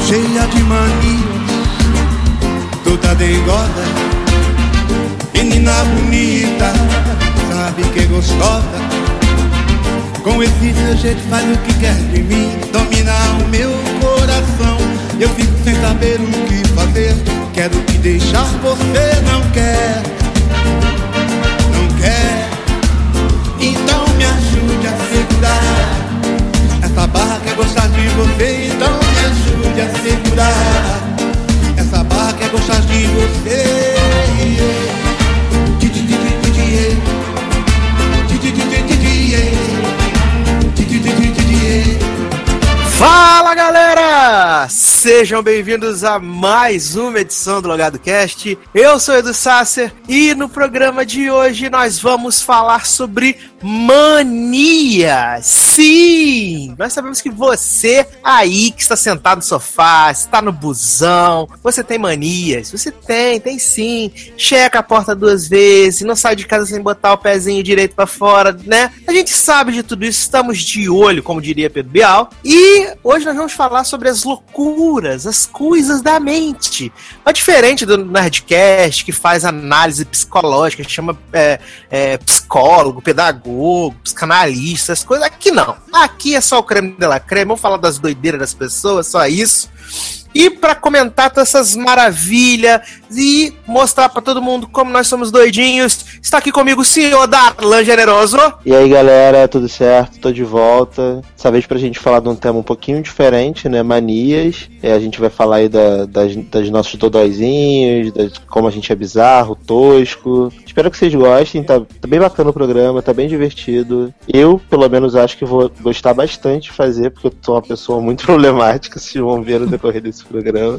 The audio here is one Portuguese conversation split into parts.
cheia de manias, toda dengosa, menina bonita, sabe que é gostosa. Com esse seu jeito faz o que quer de mim, domina o meu coração. Eu fico sem saber o que fazer, quero te deixar, você não quer, não quer. Então me ajude a segurar essa barra, quer gostar de você. Então me ajude a segurar essa barra, quer gostar de você. Fala, galera! Sejam bem-vindos a mais uma edição do Logado Cast. Eu sou Edu Sasser e no programa de hoje nós vamos falar sobre mania. Sim! Nós sabemos que você aí que está sentado no sofá, está no busão, você tem manias. Você tem sim. Checa a porta 2 vezes, não sai de casa sem botar o pezinho direito pra fora, né? A gente sabe de tudo isso, estamos de olho, como diria Pedro Bial. E hoje nós vamos falar sobre as loucuras, as coisas da mente. Mas diferente do Nerdcast, que faz análise psicológica, que chama psicólogo, pedagogo, psicanalista, essas coisas. Aqui não. Aqui é só o creme de la creme. Vamos falar das doideiras das pessoas, só isso. E para comentar todas essas maravilhas e mostrar para todo mundo como nós somos doidinhos, está aqui comigo o senhor Darlan Generoso. E aí, galera, tudo certo? Tô de volta. Dessa vez pra gente falar de um tema um pouquinho diferente, né? Manias. A gente vai falar aí das nossos dodóizinhos, como a gente é bizarro, tosco. Espero que vocês gostem, tá bem bacana o programa, tá bem divertido. Eu, pelo menos, acho que vou gostar bastante de fazer, porque eu sou uma pessoa muito problemática, vocês vão ver no decorrer desse programa.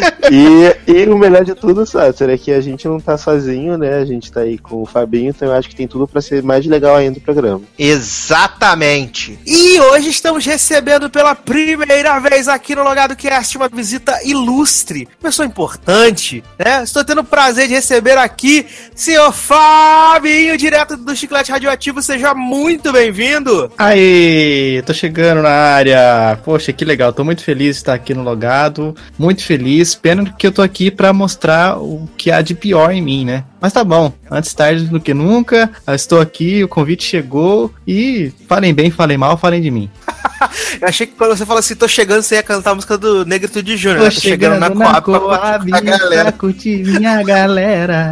E o melhor de tudo, Sasser, é que a gente não tá sozinho, né? A gente tá aí com o Fabinho, então eu acho que tem tudo pra ser mais legal ainda o programa. Exatamente! E hoje estamos recebendo pela primeira vez aqui no Logado Cast uma visita ilustre, pessoa importante, né? Estou tendo o prazer de receber aqui senhor Fabinho, direto do Chiclete Radioativo. Seja muito bem-vindo! Aí, tô chegando na área. Poxa, que legal, tô muito feliz de estar aqui no Logado, muito feliz, pena que eu tô aqui pra mostrar o que há de pior em mim, né? Mas tá bom, antes tarde do que nunca, eu estou aqui, o convite chegou e falem bem, falem mal, falem de mim. Eu achei que quando você falou assim, tô chegando, você ia cantar a música do Negritude Júnior. Tô chegando na Coab pra curtir minha galera.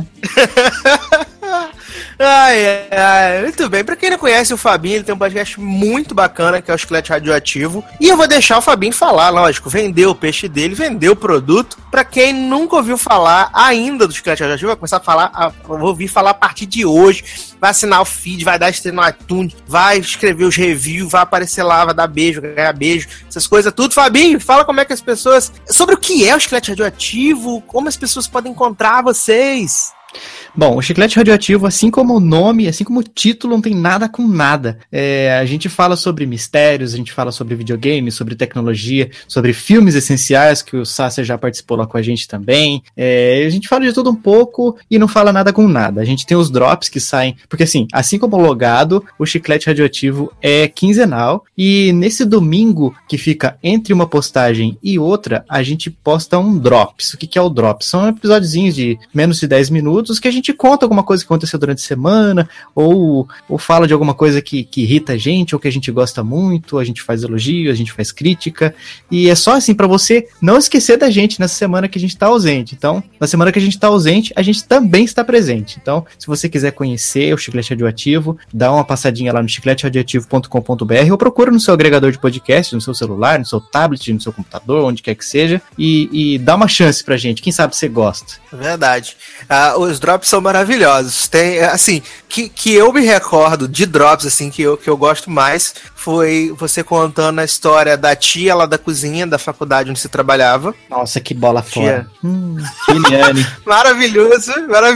Ai, muito bem. Pra quem não conhece o Fabinho, ele tem um podcast muito bacana que é o Chiclete Radioativo. E eu vou deixar o Fabinho falar, lógico, vender o peixe dele, vender o produto. Pra quem nunca ouviu falar ainda do Chiclete Radioativo, vai começar a falar, vou ouvir falar a partir de hoje. Vai assinar o feed, vai dar estrela no iTunes, vai escrever os reviews, vai aparecer lá, vai dar beijo, ganhar beijo, essas coisas tudo. Fabinho, fala como é que as pessoas... Sobre o que é o Chiclete Radioativo, como as pessoas podem encontrar vocês... Bom, o Chiclete Radioativo, assim como o nome, assim como o título, não tem nada com nada. A gente fala sobre mistérios, a gente fala sobre videogames, sobre tecnologia, sobre filmes essenciais, que o Sasser já participou lá com a gente também. A gente fala de tudo um pouco e não fala nada com nada. A gente tem os drops que saem, porque assim como o Logado, o Chiclete Radioativo é quinzenal, e nesse domingo que fica entre uma postagem e outra, a gente posta um Drops. O que é o Drops? São episódiozinhos de menos de 10 minutos que a gente conta alguma coisa que aconteceu durante a semana, ou fala de alguma coisa que irrita a gente, ou que a gente gosta muito, a gente faz elogio, a gente faz crítica, e é só assim pra você não esquecer da gente nessa semana que a gente tá ausente. Então, na semana que a gente tá ausente, a gente também está presente. Então, se você quiser conhecer o Chiclete Radioativo, dá uma passadinha lá no chicleteradioativo.com.br ou procura no seu agregador de podcast, no seu celular, no seu tablet, no seu computador, onde quer que seja, e dá uma chance pra gente. Quem sabe você gosta. Verdade. Os drops são maravilhosos. Tem, assim, que eu me recordo de drops, assim, que eu gosto mais, foi você contando a história da tia lá da cozinha, da faculdade onde você trabalhava. Nossa, que bola fora. Liliane. Maravilhoso.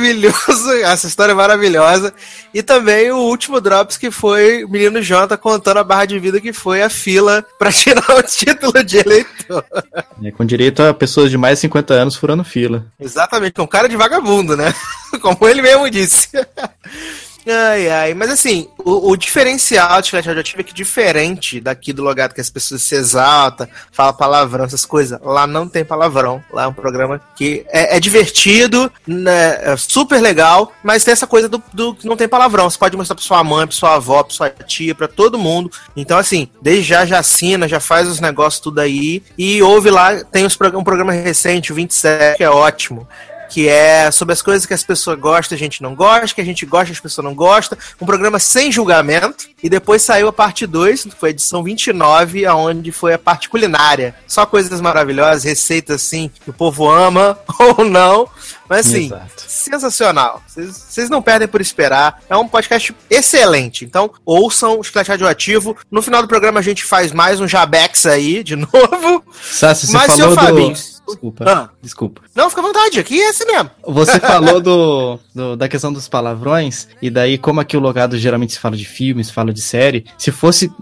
Essa história é maravilhosa. E também o último drops, que foi o menino Jota contando a barra de vida que foi a fila pra tirar o título de eleitor. Com direito a pessoas de mais de 50 anos furando fila. Exatamente, com cara de vagabundo, né? Como ele mesmo disse. Mas assim, o diferencial de Chiclete Radioativo é que diferente daqui do Logado, que as pessoas se exaltam, falam palavrão, essas coisas, lá não tem palavrão. Lá é um programa que é divertido, né, é super legal, mas tem essa coisa do que não tem palavrão. Você pode mostrar pra sua mãe, pra sua avó, pra sua tia, pra todo mundo. Então assim, desde já assina, já faz os negócios tudo aí, e ouve lá, tem um programa recente, o 27, que é ótimo, que é sobre as coisas que as pessoas gostam, a gente não gosta, que a gente gosta, as pessoas não gostam. Um programa sem julgamento. E depois saiu a parte 2, foi a edição 29, onde foi a parte culinária. Só coisas maravilhosas, receitas assim, que o povo ama ou não. Mas assim, Exato. Sensacional. Vocês não perdem por esperar. É um podcast excelente. Então, ouçam o Chiclete Radioativo. No final do programa a gente faz mais um Jabex aí, de novo. Sassi, você Mas, falou seu Fabinho... Desculpa. Não, fica à vontade, aqui é assim mesmo. Você falou da questão dos palavrões, e daí como aqui o Logado geralmente se fala de filme, se fala de série, se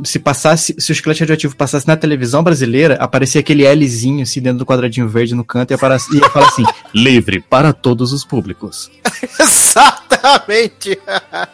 o Chiclete Radioativo passasse na televisão brasileira, aparecia aquele Lzinho assim dentro do quadradinho verde no canto e ia falar assim, livre para todos os públicos. Exatamente.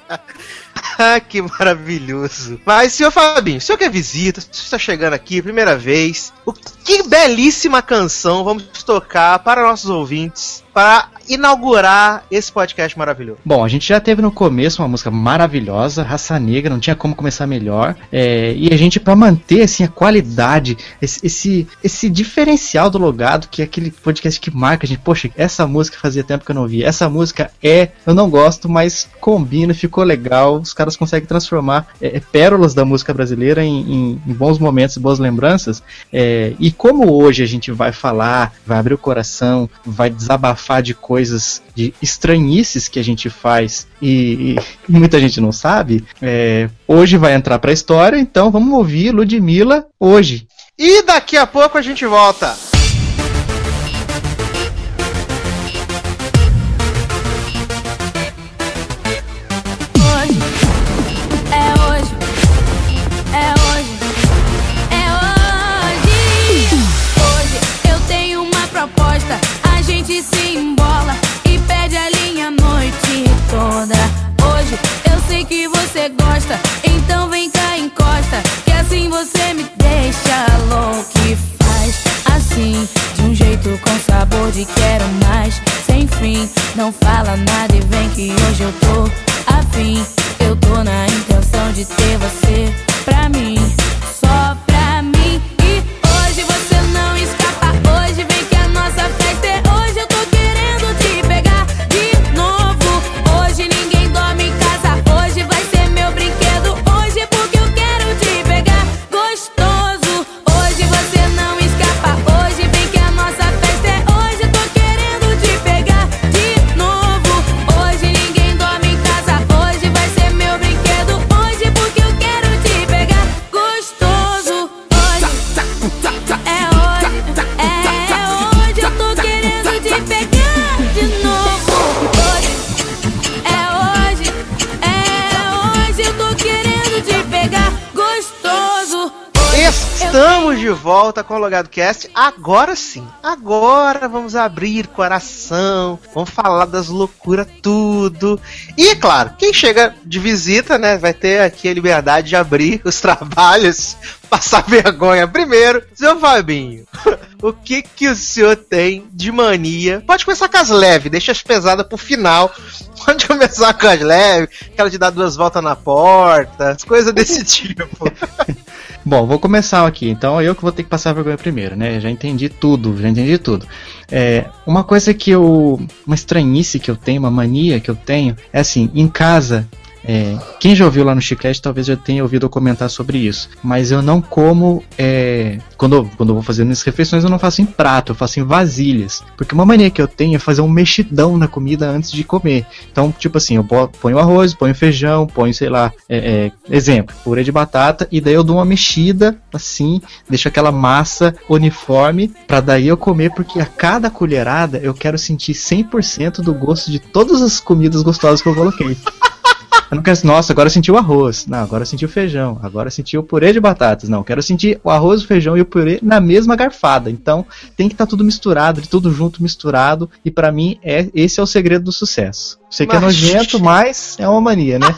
Que maravilhoso. Mas, senhor Fabinho, o senhor que é visita, o senhor está chegando aqui, primeira vez, que belíssima canção vamos tocar para nossos ouvintes, para inaugurar esse podcast maravilhoso. Bom, a gente já teve no começo uma música maravilhosa, Raça Negra, não tinha como começar melhor, e a gente, pra manter assim a qualidade, esse diferencial do Logado, que é aquele podcast que marca a gente, poxa, essa música fazia tempo que eu não ouvia, essa música eu não gosto, mas combina, ficou legal, os caras conseguem transformar pérolas da música brasileira em bons momentos, boas lembranças, e como hoje a gente vai falar, vai abrir o coração, vai desabafar de coisas, de estranhices que a gente faz e muita gente não sabe, hoje vai entrar pra história, então vamos ouvir Ludmilla hoje. E daqui a pouco a gente volta. Hoje eu sei que você gosta, então vem cá, encosta, que assim você me deixa louco e faz assim, de um jeito com sabor de quero mais, sem fim, não fala nada e vem que hoje eu tô afim, eu tô na intenção de ter você pra mim, só pra mim, e hoje você não escapa, hoje vem que a nossa festa é hoje, eu tô querendo te pegar de novo, hoje ninguém dorme em casa, hoje vai ser meu brinquedo, hoje porque eu quero te pegar gostoso, hoje você não escapa, hoje vem que a nossa festa é hoje, eu tô querendo te pegar de novo, hoje ninguém dorme em casa, hoje vai ser meu brinquedo, hoje porque eu quero te pegar gostoso, hoje hoje eu tô querendo te pegar de novo, hoje eu tô querendo te pegar gostoso. Estamos de volta com o Logado Cast. Agora sim, agora vamos abrir coração, vamos falar das loucuras tudo. E claro, quem chega de visita, né, vai ter aqui a liberdade de abrir os trabalhos, passar vergonha primeiro. Seu Fabinho, o que o senhor tem de mania? Pode começar com as leves, deixa as pesadas pro final. Pode começar com as leves, aquela de dar 2 voltas na porta, as coisas desse tipo. Bom, vou começar aqui, então eu que vou ter que passar a vergonha primeiro, né? Já entendi tudo. Uma coisa uma estranhice que eu tenho, uma mania que eu tenho, é assim, em casa, quem já ouviu lá no Chiclete talvez já tenha ouvido eu comentar sobre isso, mas eu não como, quando eu vou fazendo as refeições eu não faço em prato, eu faço em vasilhas, porque uma mania que eu tenho é fazer um mexidão na comida antes de comer. Então, tipo assim, eu ponho arroz, ponho feijão, ponho, sei lá, exemplo, purê de batata, e daí eu dou uma mexida, assim, deixo aquela massa uniforme, pra daí eu comer, porque a cada colherada eu quero sentir 100% do gosto de todas as comidas gostosas que eu coloquei. Eu não quero, nossa, agora eu senti o arroz. Não, agora eu senti o feijão. Agora eu senti o purê de batatas. Não, eu quero sentir o arroz, o feijão e o purê na mesma garfada. Então, tem que estar tudo misturado, tudo junto, misturado. E pra mim, esse é o segredo do sucesso. Sei que é nojento, mas é uma mania, né?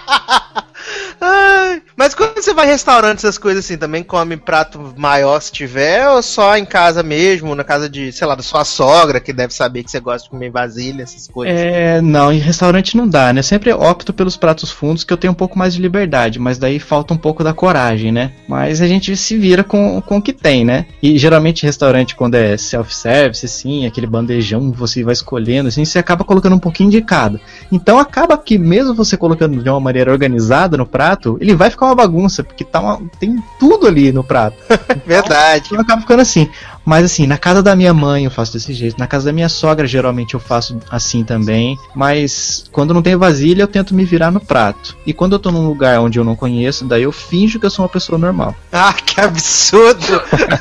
Ai, mas quando você vai em restaurante, essas coisas assim, também come prato maior se tiver, ou só em casa mesmo, na casa de, sei lá, da sua sogra, que deve saber que você gosta de comer vasilha, essas coisas? Não, em restaurante não dá, né? Eu sempre opto pelos pratos fundos, que eu tenho um pouco mais de liberdade, mas daí falta um pouco da coragem, né? Mas a gente se vira com o que tem, né? E geralmente restaurante, quando é self-service, assim, aquele bandejão que você vai escolhendo, assim, você acaba colocando um pouquinho de cada. Então acaba que mesmo você colocando de uma maneira organizada no prato, ele vai ficar uma bagunça, porque tem tudo ali no prato. Verdade. Então acaba ficando assim. Mas assim, na casa da minha mãe eu faço desse jeito, na casa da minha sogra geralmente eu faço assim também, mas quando não tem vasilha eu tento me virar no prato. E quando eu tô num lugar onde eu não conheço, daí eu finjo que eu sou uma pessoa normal. Ah, que absurdo!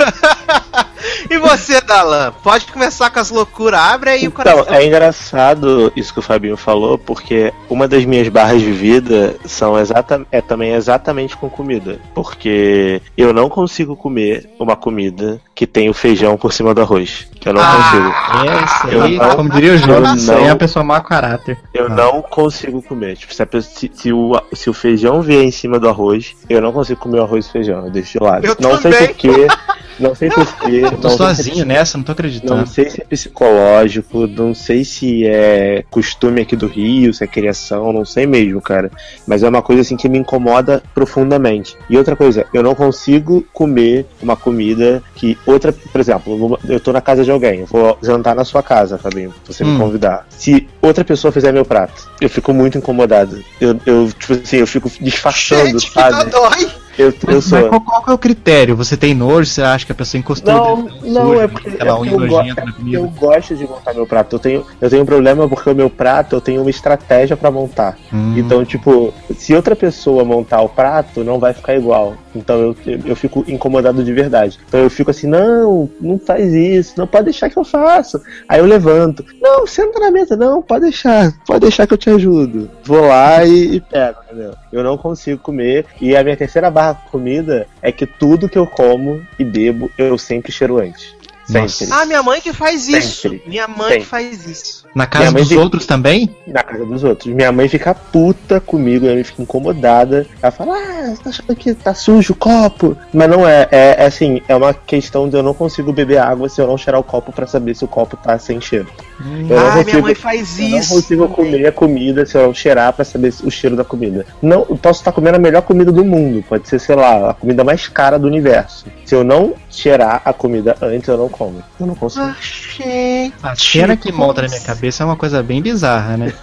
E você, Dalan? Pode começar com as loucuras, abre aí o coração. Então, é engraçado isso que o Fabinho falou, porque uma das minhas barras de vida também exatamente com comida. Porque eu não consigo comer uma comida que tem o feijão por cima do arroz. Eu não consigo. Isso aí, como diria o João, isso aí é a pessoa mau caráter. Eu não consigo comer. Tipo, se o feijão vier em cima do arroz, eu não consigo comer o arroz e feijão. Eu deixo de lado. Não sei porquê. Não sei porquê. Eu tô sozinho nessa, não tô acreditando. Não sei se é psicológico, não sei se é costume aqui do Rio, se é criação, não sei mesmo, cara. Mas é uma coisa assim que me incomoda profundamente. E outra coisa, eu não consigo comer uma comida que por exemplo, eu tô na casa de alguém, eu vou jantar na sua casa, Fabinho, se você me convidar. Se outra pessoa fizer meu prato, eu fico muito incomodado. Eu tipo assim, eu fico disfarçando, gente, sabe? Dói. Mas qual é o critério? Você tem nojo? Você acha que a pessoa encostou? Não, é porque eu gosto de montar meu prato. Eu tenho um problema porque o meu prato eu tenho uma estratégia pra montar. Então, tipo, se outra pessoa montar o prato, não vai ficar igual. Então eu fico incomodado de verdade. Então eu fico assim, não faz isso, não, pode deixar que eu faço. Aí eu levanto, não, senta na mesa, não, pode deixar que eu te ajudo. Vou lá e pego, entendeu? Eu não consigo comer. E a minha terceira barra de comida é que tudo que eu como e bebo, eu sempre cheiro antes. Sempre. Ah, minha mãe que faz isso. Sempre. Minha mãe que faz isso. Na casa dos outros também? Na casa dos outros. Minha mãe fica puta comigo, ela fica incomodada. Ela fala, você tá achando que tá sujo o copo? Mas não é. É assim, é uma questão de eu não consigo beber água se eu não cheirar o copo pra saber se o copo tá sem cheiro. Minha mãe faz isso. Eu não consigo comer a comida se eu não cheirar pra saber o cheiro da comida. Não, eu posso estar comendo a melhor comida do mundo. Pode ser, sei lá, a comida mais cara do universo. Se eu não cheirar a comida antes, eu não como. Eu não consigo. A cena que monta na minha cabeça é uma coisa bem bizarra, né?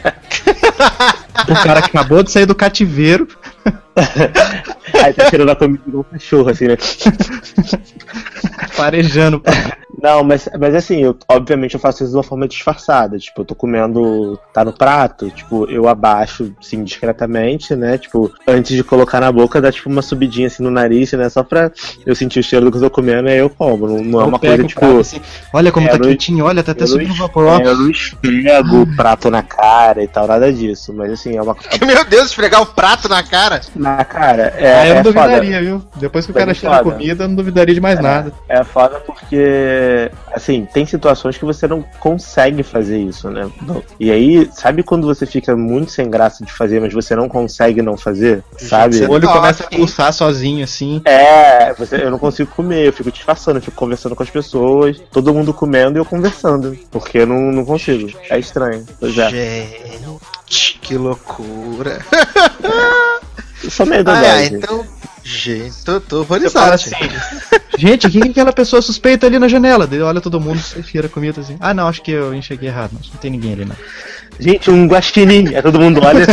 O cara que acabou de sair do cativeiro. Aí tá cheirando a comida igual um cachorro, assim, né? Farejando. Não, mas assim, obviamente eu faço isso de uma forma disfarçada. Tipo, eu tô comendo, tá no prato, tipo, eu abaixo, assim, discretamente, né? Tipo, antes de colocar na boca, dá tipo uma subidinha assim no nariz, né? Só pra eu sentir o cheiro do que eu tô comendo, aí eu como. Não é uma coisa tipo. Prato, assim, olha como tá quentinho, olha, tá até subindo o vapor. Eu não esfrego o prato na cara e tal, nada disso. Mas assim, é uma. Meu Deus, esfregar o prato na cara? Na cara, eu não duvidaria, viu? Depois que o cara cheira a comida, eu não duvidaria de mais nada. É foda porque, assim, tem situações que você não consegue fazer isso, né? E aí, sabe quando você fica muito sem graça de fazer, mas você não consegue não fazer, sabe? O olho começa a pulsar sozinho, assim. Eu não consigo comer, eu fico disfarçando, eu fico conversando com as pessoas, todo mundo comendo e eu conversando, porque eu não consigo. É estranho. Pois é. Gente, que loucura. Eu sou meio doidão. Então... Gente, tô horrorizado. Assim, gente, quem é aquela pessoa suspeita ali na janela? Daí olha todo mundo, fira a comida assim. Ah, não, acho que eu enxerguei errado. Não tem ninguém ali, não. Gente, um guaxinim. Todo mundo olha.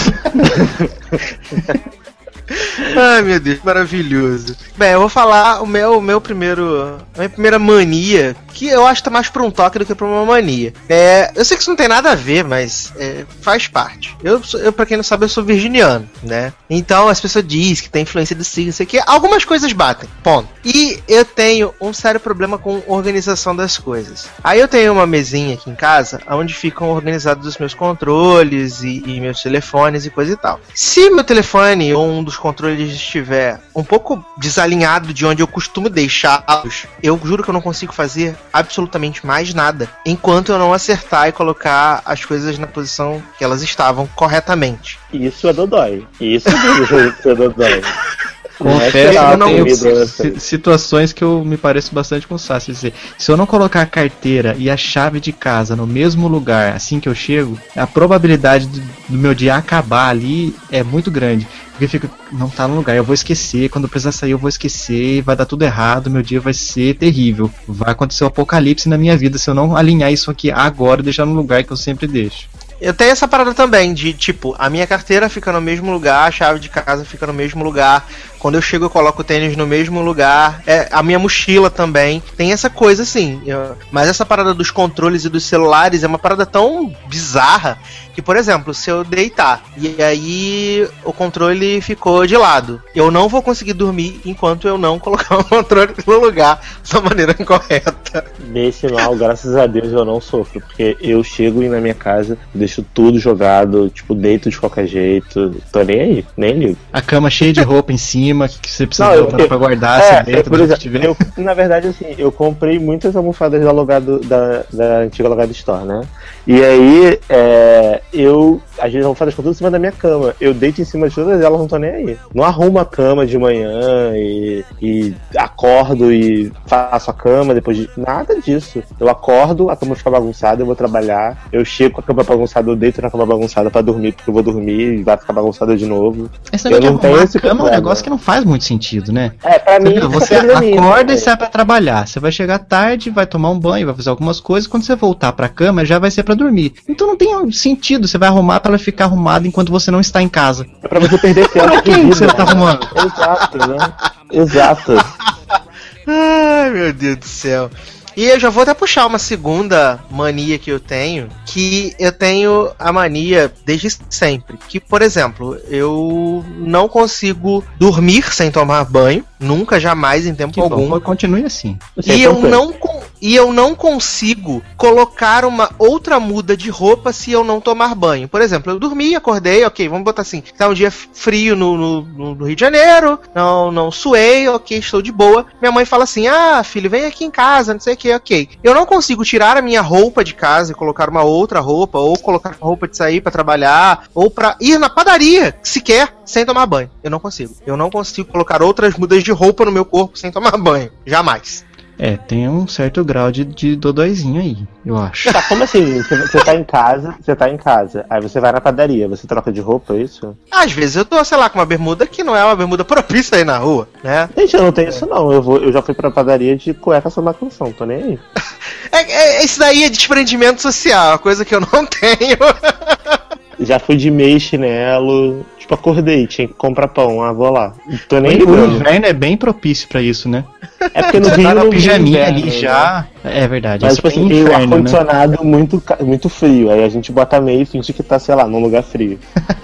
Ai, meu Deus, maravilhoso. Bem, eu vou falar a minha primeira mania, que eu acho que tá mais pra um toque do que pra uma mania. Eu sei que isso não tem nada a ver, mas faz parte. Eu, pra quem não sabe, eu sou virginiano, né? Então as pessoas dizem que tem influência do signo, sei que algumas coisas batem, ponto. E eu tenho um sério problema com organização das coisas. Aí eu tenho uma mesinha aqui em casa, onde ficam organizados os meus controles e meus telefones e coisa e tal. Se meu telefone ou um dos controles estiver um pouco alinhado de onde eu costumo deixá-los, eu juro que eu não consigo fazer absolutamente mais nada enquanto eu não acertar e colocar as coisas na posição que elas estavam corretamente. Isso é dodói. Isso é dodói. Confesso que eu tenho situações que eu me pareço bastante com o Sassi. Se eu não colocar a carteira e a chave de casa no mesmo lugar assim que eu chego, a probabilidade do meu dia acabar ali é muito grande. Porque fica, não tá no lugar, eu vou esquecer, quando eu precisar sair eu vou esquecer, vai dar tudo errado, meu dia vai ser terrível. Vai acontecer um apocalipse na minha vida se eu não alinhar isso aqui agora e deixar no lugar que eu sempre deixo. Eu tenho essa parada também, de tipo, a minha carteira fica no mesmo lugar, a chave de casa fica no mesmo lugar. Quando eu chego eu coloco o tênis no mesmo lugar. A minha mochila também. Tem essa coisa assim. Mas essa parada dos controles e dos celulares é uma parada tão bizarra que, por exemplo, se eu deitar e aí o controle ficou de lado, eu não vou conseguir dormir enquanto eu não colocar o controle no lugar da maneira correta. Nesse mal, graças a Deus, eu não sofro, porque eu chego na minha casa, deixo tudo jogado, tipo, deito de qualquer jeito, tô nem aí, nem ligo. A cama cheia de roupa em cima, que você precisa botar pra guardar, você deita, por exemplo, na verdade, assim, eu comprei muitas almofadas da antiga Alugado Store, né? E aí, às vezes, as almofadas ficam tudo em cima da minha cama. Eu deito em cima de todas elas, não tô nem aí. Não arrumo a cama de manhã e acordo e faço a cama depois de... Nada disso. Eu acordo, a cama fica bagunçada, eu vou trabalhar. Eu chego com a cama bagunçada, eu deito na cama bagunçada pra dormir, porque eu vou dormir e vai ficar bagunçada de novo. Esse negócio de arrumar a cama é um negócio que não faz muito sentido, né? Pra mim... Você acorda e sai pra trabalhar. Você vai chegar tarde, vai tomar um banho, vai fazer algumas coisas. Quando você voltar pra cama, já vai ser pra dormir. Então não tem sentido. Você vai arrumar pra ela ficar arrumada enquanto você não está em casa. É pra você perder tempo. Pra quem você tá arrumando? Exato, né? Exato. Ai, meu Deus do céu. E eu já vou até puxar uma segunda mania que eu tenho a mania desde sempre. Que, por exemplo, eu não consigo dormir sem tomar banho. Nunca, jamais, em tempo algum. Bom, continue assim. E eu não consigo colocar uma outra muda de roupa se eu não tomar banho. Por exemplo, eu dormi, acordei, ok, vamos botar assim, tá um dia frio no Rio de Janeiro, não suei, ok, estou de boa. Minha mãe fala assim, filho, vem aqui em casa, não sei o que, ok. Eu não consigo tirar a minha roupa de casa e colocar uma outra roupa, ou colocar uma roupa de sair pra trabalhar, ou pra ir na padaria, sequer, sem tomar banho. Eu não consigo. Eu não consigo colocar outras mudas de roupa no meu corpo sem tomar banho. Jamais. Tem um certo grau de dodóizinho aí, eu acho. Tá, como assim? Você tá em casa, aí você vai na padaria, você troca de roupa, é isso? Às vezes eu tô, sei lá, com uma bermuda que não é uma bermuda propícia aí na rua, né? Gente, eu não tenho isso não, eu já fui pra padaria de cueca sem macunação, tô nem aí. Isso daí é desprendimento social, uma coisa que eu não tenho. Já fui de meia e chinelo, tipo, acordei, tinha que comprar pão, vou lá. Tô nem o inverno é bem propício pra isso, né? É porque no Rio tá não pijaminha ali já. É verdade. Mas tipo assim, o ar-condicionado muito frio. Aí a gente bota meio e finge que tá, sei lá, num lugar frio.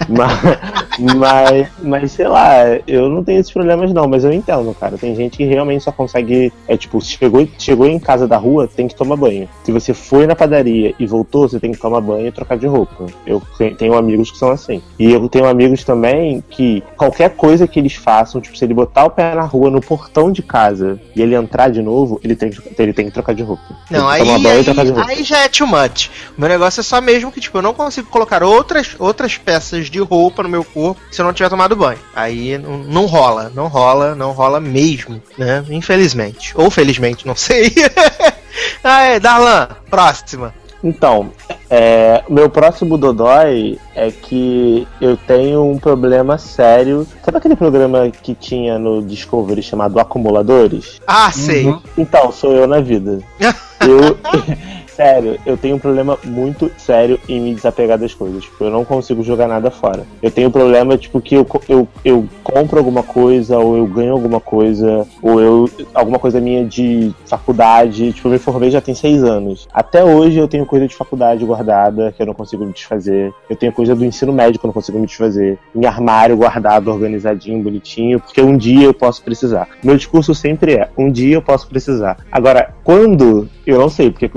mas sei lá, eu não tenho esses problemas não, mas eu entendo, cara. Tem gente que realmente só consegue. Tipo, chegou em casa da rua, tem que tomar banho. Se você foi na padaria e voltou, você tem que tomar banho e trocar de roupa. Eu tenho amigos que são assim. E eu tenho amigos também que qualquer coisa que eles façam, tipo, se ele botar o pé na rua, no portão de casa, e ele entrar de novo, ele tem que trocar de roupa. Não, aí já é too much. O meu negócio é só mesmo que, tipo, eu não consigo colocar outras peças de roupa no meu corpo se eu não tiver tomado banho. Aí não rola mesmo, né? Infelizmente. Ou felizmente, não sei. Darlan, próxima. Então, meu próximo dodói é que eu tenho um problema sério. Sabe aquele programa que tinha no Discovery chamado Acumuladores? Sei. Então, sou eu na vida. Sério, eu tenho um problema muito sério em me desapegar das coisas. Tipo, eu não consigo jogar nada fora. Eu tenho um problema, tipo, que eu compro alguma coisa, ou eu ganho alguma coisa, ou alguma coisa minha de faculdade. Tipo, eu me formei já tem 6 anos. Até hoje eu tenho coisa de faculdade guardada, que eu não consigo me desfazer. Eu tenho coisa do ensino médio que eu não consigo me desfazer. Em armário guardado, organizadinho, bonitinho, porque um dia eu posso precisar. Meu discurso sempre um dia eu posso precisar. Agora, quando... Eu não sei, porque eu não sei quando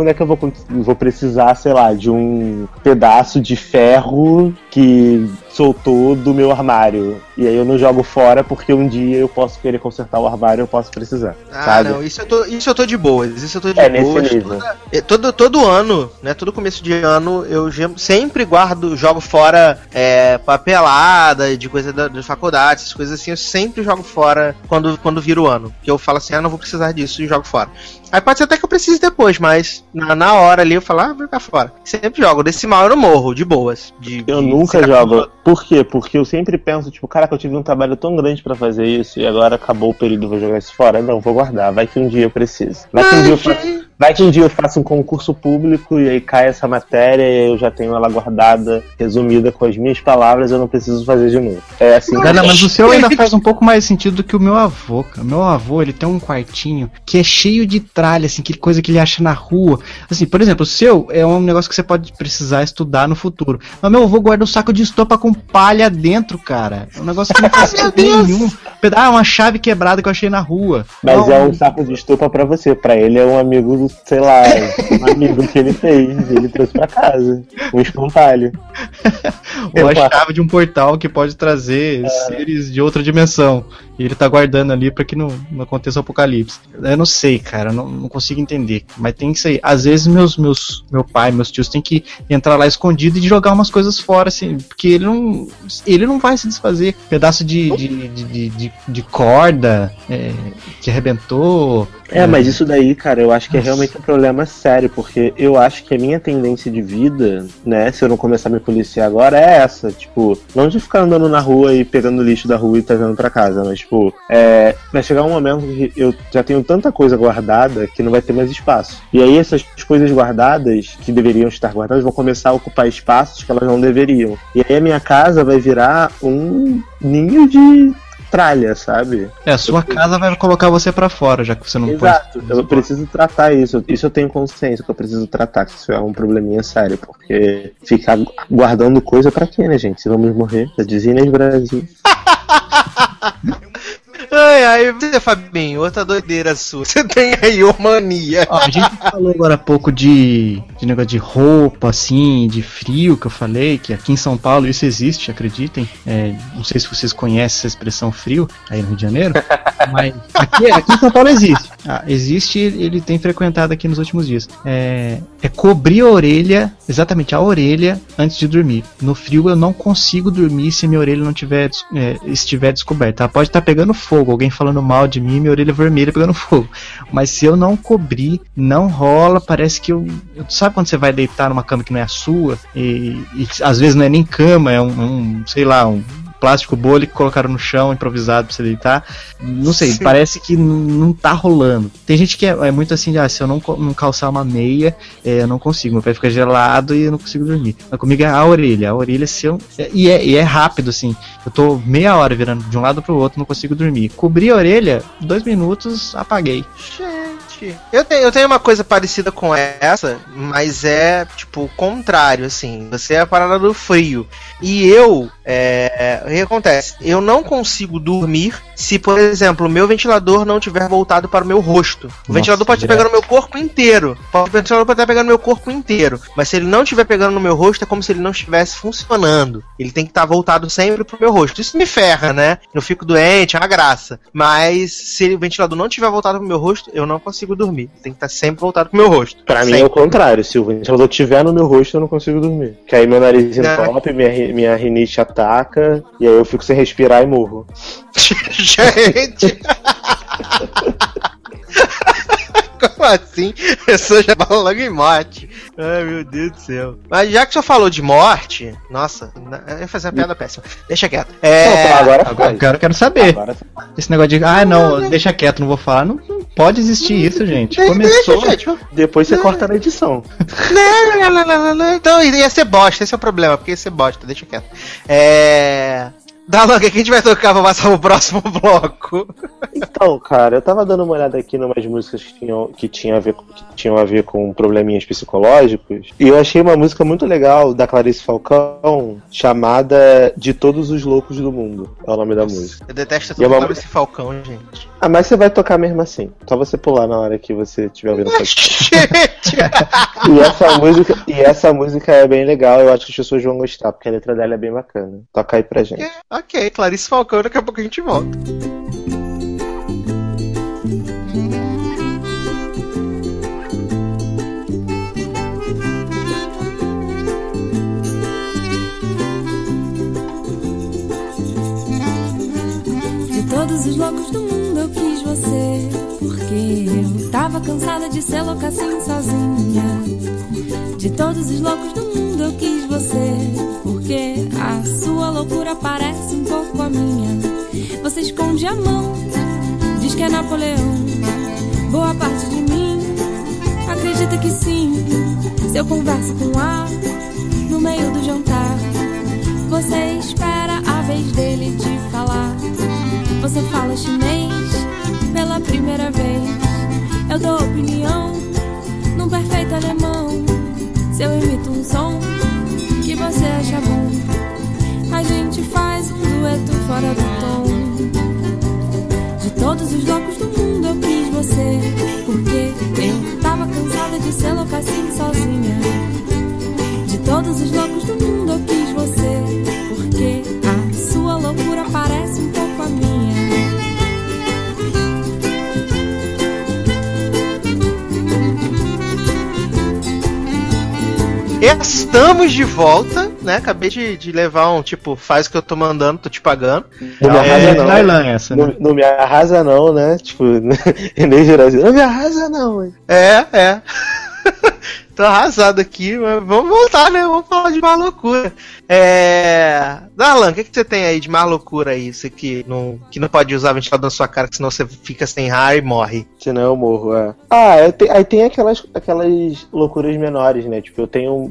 quando é que eu vou precisar, sei lá, de um pedaço de ferro que soltou do meu armário. E aí eu não jogo fora porque um dia eu posso querer consertar o armário e eu posso precisar. Sabe? Não, isso eu tô de boas. Isso eu tô de boas. Nesse nível. Todo ano, né? Todo começo de ano, eu sempre jogo fora papelada de coisa da faculdade, essas coisas assim, eu sempre jogo fora quando vira o ano. Que eu falo assim, não vou precisar disso e jogo fora. Aí pode ser até que eu precise depois, mas na hora ali eu falo, vou ficar fora. Sempre jogo. Desse mal eu não morro, de boas. Eu nunca jogo. Por quê? Porque eu sempre penso, tipo, caraca, eu tive um trabalho tão grande pra fazer isso e agora acabou o período, vou jogar isso fora. Não, vou guardar. Vai que um dia eu preciso. Vai que um dia eu faço um concurso público e aí cai essa matéria e eu já tenho ela guardada, resumida com as minhas palavras, eu não preciso fazer de novo. É assim. Mas o seu ainda faz um pouco mais sentido do que o meu avô, cara. O meu avô, ele tem um quartinho que é cheio de tralha, assim, que coisa que ele acha na rua. Assim, por exemplo, o seu é um negócio que você pode precisar estudar no futuro. Mas meu avô guarda um saco de estopa com palha dentro, cara. É um negócio que não faz sentido nenhum. Uma chave quebrada que eu achei na rua. Mas é um saco de estopa pra você. Pra ele é um amigo, sei lá, um amigo que ele fez. Ele trouxe pra casa. Um espantalho. Ou a chave de um portal que pode trazer seres de outra dimensão. E ele tá guardando ali pra que não aconteça o apocalipse. Eu não sei, cara, não consigo entender. Mas tem isso aí. Às vezes meu pai, meus tios tem que entrar lá escondido e jogar umas coisas fora, assim, porque ele não vai se desfazer. Pedaço de corda que arrebentou. Mas isso daí, cara, eu acho que é realmente um problema sério, porque eu acho que a minha tendência de vida, né, se eu não começar a me policiar agora, é essa, tipo, não de ficar andando na rua e pegando lixo da rua e trazendo pra casa, mas, tipo, vai chegar um momento que eu já tenho tanta coisa guardada que não vai ter mais espaço. E aí essas coisas guardadas, que deveriam estar guardadas, vão começar a ocupar espaços que elas não deveriam. E aí a minha casa vai virar um ninho de tralha, sabe? A sua casa vai colocar você pra fora, já que você não pode. Exato, eu preciso tratar isso. Isso eu tenho consciência que eu preciso tratar, que isso é um probleminha sério, porque ficar guardando coisa pra quê, né, gente? Se vamos morrer, já dizia Inês Brasil. Ai, você, Fabinho, outra doideira sua. Você tem aí mania. A gente falou agora há pouco de negócio de roupa, assim, de frio, que eu falei, que aqui em São Paulo isso existe, acreditem. Não sei se vocês conhecem essa expressão frio, aí no Rio de Janeiro, mas aqui em São Paulo existe. Existe, ele tem frequentado aqui nos últimos dias. É cobrir a orelha, exatamente a orelha, antes de dormir. No frio eu não consigo dormir se minha orelha não estiver descoberta. Ela pode estar pegando fogo, alguém falando mal de mim, minha orelha vermelha pegando fogo. Mas se eu não cobrir, não rola, parece que sabe quando você vai deitar numa cama que não é a sua? E às vezes não é nem cama, é um plástico bolha que colocaram no chão, improvisado pra você deitar. Não sei, sim. Parece que não tá rolando. Tem gente que é muito assim, se eu não calçar uma meia, eu não consigo, meu pé fica gelado e eu não consigo dormir. Mas comigo é a orelha se eu... E é rápido, assim, eu tô meia hora virando de um lado pro outro, não consigo dormir. Cobri a orelha, 2 minutos, apaguei. Eu tenho uma coisa parecida com essa, mas é, tipo, o contrário, assim. Você é a parada do frio. E o que acontece? Eu não consigo dormir se, por exemplo, o meu ventilador não tiver voltado para o meu rosto. O ventilador pode estar pegando no meu corpo inteiro. O ventilador pode estar pegando no meu corpo inteiro. Mas se ele não estiver pegando no meu rosto, é como se ele não estivesse funcionando. Ele tem que estar voltado sempre pro meu rosto. Isso me ferra, né? Eu fico doente, é uma graça. Mas se o ventilador não estiver voltado pro meu rosto, eu não consigo dormir. Tem que estar sempre voltado pro meu rosto. Pra mim é o contrário. Se o ventilador estiver no meu rosto, eu não consigo dormir. Que aí meu nariz entope, minha rinite ataca, e aí eu fico sem respirar e morro. Gente! Como assim? A pessoa já fala logo em morte. Ai, meu Deus do céu. Mas já que o senhor falou de morte, nossa, eu ia fazer uma piada péssima. Deixa quieto. Agora eu quero saber. Esse negócio de, não, deixa quieto, não vou falar. Não pode existir isso, gente. Começou. Deixa, gente. Depois você corta na edição. Não. Então ia ser bosta, esse é o problema, porque ia ser bosta, deixa quieto. Dalan, o que a gente vai tocar pra passar o próximo bloco? Então, cara, eu tava dando uma olhada aqui em umas músicas que tinham a ver com probleminhas psicológicos, e eu achei uma música muito legal da Clarice Falcão, chamada De Todos os Loucos do Mundo, é o nome da música. Eu detesto tocar Clarice Falcão, gente. Ah, mas você vai tocar mesmo assim, só você pular na hora que você estiver ouvindo o podcast. E essa música é bem legal, eu acho que as pessoas vão gostar, porque a letra dela é bem bacana. Toca aí pra gente. Ok, Clarice Falcão, daqui a pouco a gente volta. De todos os loucos do mundo eu quis você, porque eu tava cansada de ser louca assim sozinha. De todos os loucos do mundo eu quis você, porque a sua loucura parece um pouco a minha. Você esconde a mão, diz que é Napoleão. Boa parte de mim acredita que sim. Se eu converso com A no meio do jantar, você espera a vez dele te falar. Você fala chinês pela primeira vez. Eu dou opinião num perfeito alemão. Se eu imito um som que você acha bom, a gente faz um dueto fora do tom. De todos os loucos do mundo eu quis você, porque eu tava cansada de ser louca assim sozinha. De todos os loucos do mundo eu quis você, porque a sua loucura parece um pouco a minha. Estamos de volta, né? Acabei de levar um tipo, faz o que eu tô mandando, tô te pagando. Não me arrasa não. Thailand, essa, né? Não me arrasa não, né? Tipo, energia assim, não me arrasa não. É. Tô arrasado aqui, mas vamos voltar, né? Vamos falar de mais loucura. Darlan, o que você tem aí de mais loucura aí? Você que não pode usar ventilador na sua cara, que senão você fica sem ar e morre. Senão eu morro, é. Aí tem aquelas loucuras menores, né? Tipo, eu tenho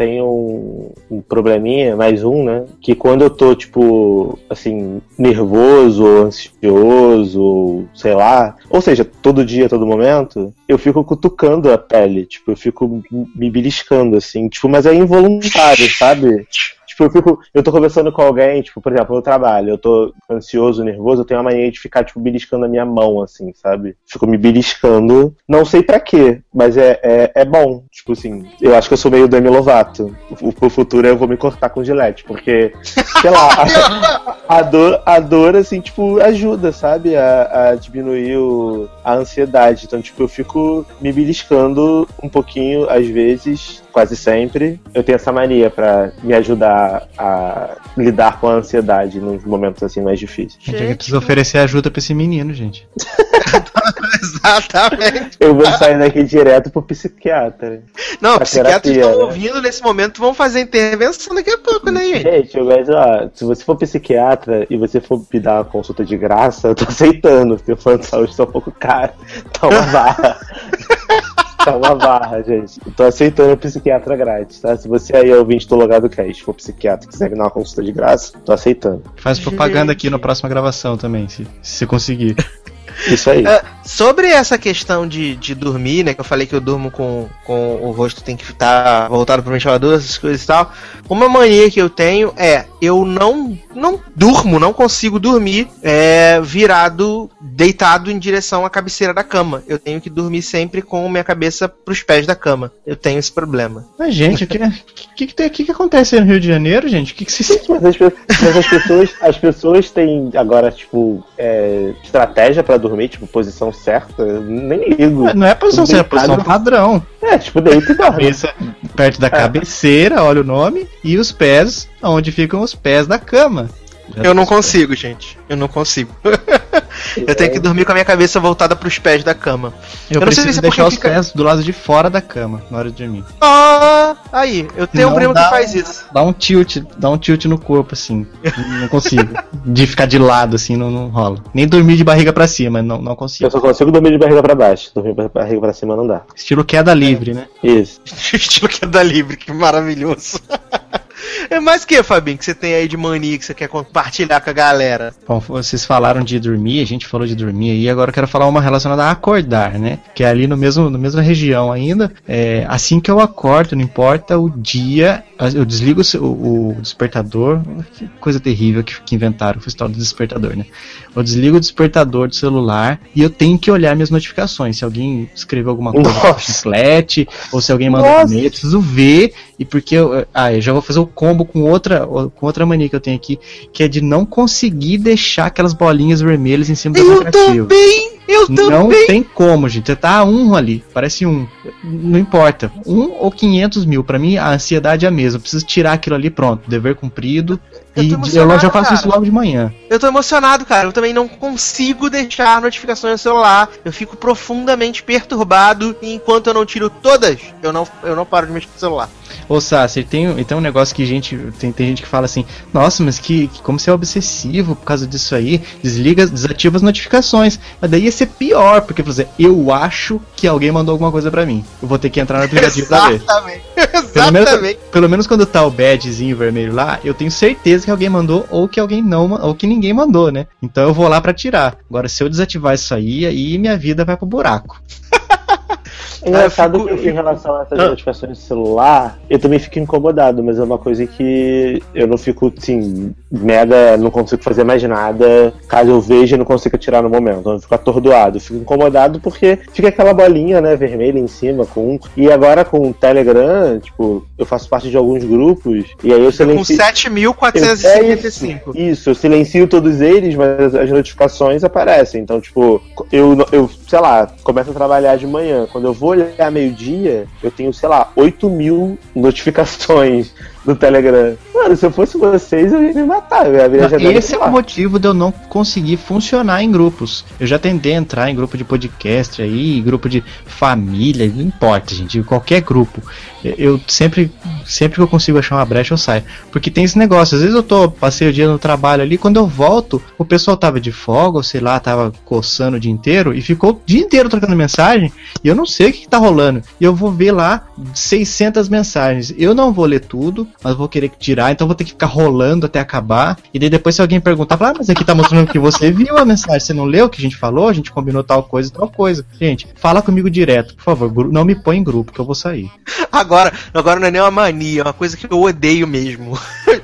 um probleminha, mais um, né? Que quando eu tô, tipo, assim, nervoso, ou ansioso, ou sei lá, ou seja, todo dia, todo momento, eu fico cutucando a pele, tipo, eu fico me beliscando, assim, tipo, mas é involuntário, sabe? Tipo, eu tô conversando com alguém, tipo, por exemplo, no trabalho, eu tô ansioso, nervoso, eu tenho uma mania de ficar, tipo, beliscando a minha mão, assim, sabe? Fico me beliscando, não sei pra quê, mas é bom. Tipo assim, eu acho que eu sou meio Demi Lovato. Pro futuro eu vou me cortar com Gillette, porque, sei lá, a dor, assim, tipo, ajuda, sabe? A diminuir a ansiedade. Então, tipo, eu fico me beliscando um pouquinho, às vezes, quase sempre. Eu tenho essa mania pra me ajudar a lidar com a ansiedade nos momentos assim mais difíceis. A gente precisa oferecer ajuda pra esse menino, gente. Exatamente. Eu vou sair daqui direto pro psiquiatra. Não, psiquiatras estão ouvindo nesse momento, vão fazer intervenção daqui a pouco, né, gente? Gente, mas ó, se você for psiquiatra e você for me dar uma consulta de graça, eu tô aceitando, porque o plano de saúde tá um pouco caro. Tá uma barra. Tá uma barra, gente. Eu tô aceitando o psiquiatra grátis, tá? Se você aí é ouvinte do Logado Cast, for psiquiatra e quiser me dar uma consulta de graça, tô aceitando. Faz propaganda aqui na próxima gravação também, se você conseguir. Isso aí. Sobre essa questão de dormir, né? Que eu falei que eu durmo com o rosto tem que estar voltado pro ventilador, essas coisas e tal. Uma mania que eu tenho eu não durmo, não consigo dormir deitado em direção à cabeceira da cama. Eu tenho que dormir sempre com minha cabeça pros pés da cama. Eu tenho esse problema. Mas, gente, o que acontece no Rio de Janeiro, gente? O que se... Mas as pessoas têm agora, tipo, estratégia pra dormir, tipo, posição certa, eu nem ligo. Não é posição certa, é posição padrão. Tipo, deito e cabeça perto da cabeceira, olha o nome, e os pés, onde ficam os pés da cama. Eu não consigo, gente. Eu não consigo. Eu tenho que dormir com a minha cabeça voltada pros pés da cama. Eu preciso deixar os pés do lado de fora da cama na hora de dormir. Aí, eu tenho um primo que faz isso. Dá um tilt no corpo, assim. Não consigo. De ficar de lado, assim, não rola. Nem dormir de barriga pra cima, não consigo. Eu só consigo dormir de barriga pra baixo. Dormir de barriga pra cima não dá. Estilo queda livre, né? Isso. Estilo queda livre, que maravilhoso. É mais o que, Fabinho, que você tem aí de mania que você quer compartilhar com a galera? Bom, vocês falaram de dormir, a gente falou de dormir aí, agora eu quero falar uma relacionada a acordar, né? Que é ali na mesma região ainda. Assim que eu acordo, não importa o dia, eu desligo o despertador. Que coisa terrível que inventaram, foi o tal do despertador, né? Eu desligo o despertador do celular e eu tenho que olhar minhas notificações. Se alguém escreveu alguma coisa no chiclete, ou se alguém mandou um e-mail, eu preciso ver. E porque eu já vou fazer o combo com outra mania que eu tenho aqui, que é de não conseguir deixar aquelas bolinhas vermelhas em cima do aplicativo. Eu também! Não tem como, gente. Você tá um ali, parece um. Não importa. 1 ou 500 mil. Pra mim, a ansiedade é a mesma. Eu preciso tirar aquilo ali, pronto. Dever cumprido. E eu já faço isso logo de manhã. Eu tô emocionado, cara. Eu também não consigo deixar notificações no celular. Eu fico profundamente perturbado. E enquanto eu não tiro todas, eu não paro de mexer no celular. Ô Sasser, tem um negócio que tem gente que fala assim: nossa, mas que como você é obsessivo por causa disso aí, desativa as notificações. Mas daí ia ser pior, porque, por exemplo, eu acho que alguém mandou alguma coisa pra mim. Eu vou ter que entrar no aplicativo pra ver. Exatamente. Pelo menos quando tá o badgezinho vermelho lá, eu tenho certeza que alguém mandou ou que alguém não, ou que ninguém mandou, né? Então eu vou lá pra tirar. Agora, se eu desativar isso aí minha vida vai pro buraco. É engraçado que em relação a essas notificações de celular, eu também fico incomodado, mas é uma coisa que eu não fico, assim, não consigo fazer mais nada, caso eu veja, eu não consigo tirar no momento, eu fico atordoado, eu fico incomodado porque fica aquela bolinha, né, vermelha em cima, e agora com o Telegram, tipo, eu faço parte de alguns grupos, e aí eu silencio... Com 7.455. Isso, eu silencio todos eles, mas as notificações aparecem, então, tipo, eu sei lá, começo a trabalhar de manhã, quando eu vou olhar meio-dia, eu tenho, sei lá, 8.000 notificações no Telegram. Mano, se eu fosse vocês, eu ia me matar. Esse é o motivo de eu não conseguir funcionar em grupos. Eu já tentei entrar em grupo de podcast aí, grupo de família, não importa, gente, qualquer grupo. Eu sempre que eu consigo achar uma brecha, eu saio. Porque tem esse negócio, às vezes eu passei o dia no trabalho ali, quando eu volto, o pessoal tava de folga, ou sei lá, tava coçando o dia inteiro, e ficou o dia inteiro trocando mensagem, e eu não sei o que tá rolando. E eu vou ver lá 600 mensagens. Eu não vou ler tudo, mas vou querer tirar, então vou ter que ficar rolando até acabar. E daí depois, se alguém perguntar, mas aqui tá mostrando que você viu a mensagem, você não leu o que a gente falou? A gente combinou tal coisa. Gente, fala comigo direto, por favor, não me põe em grupo que eu vou sair. Agora não é nem uma mania, é uma coisa que eu odeio mesmo.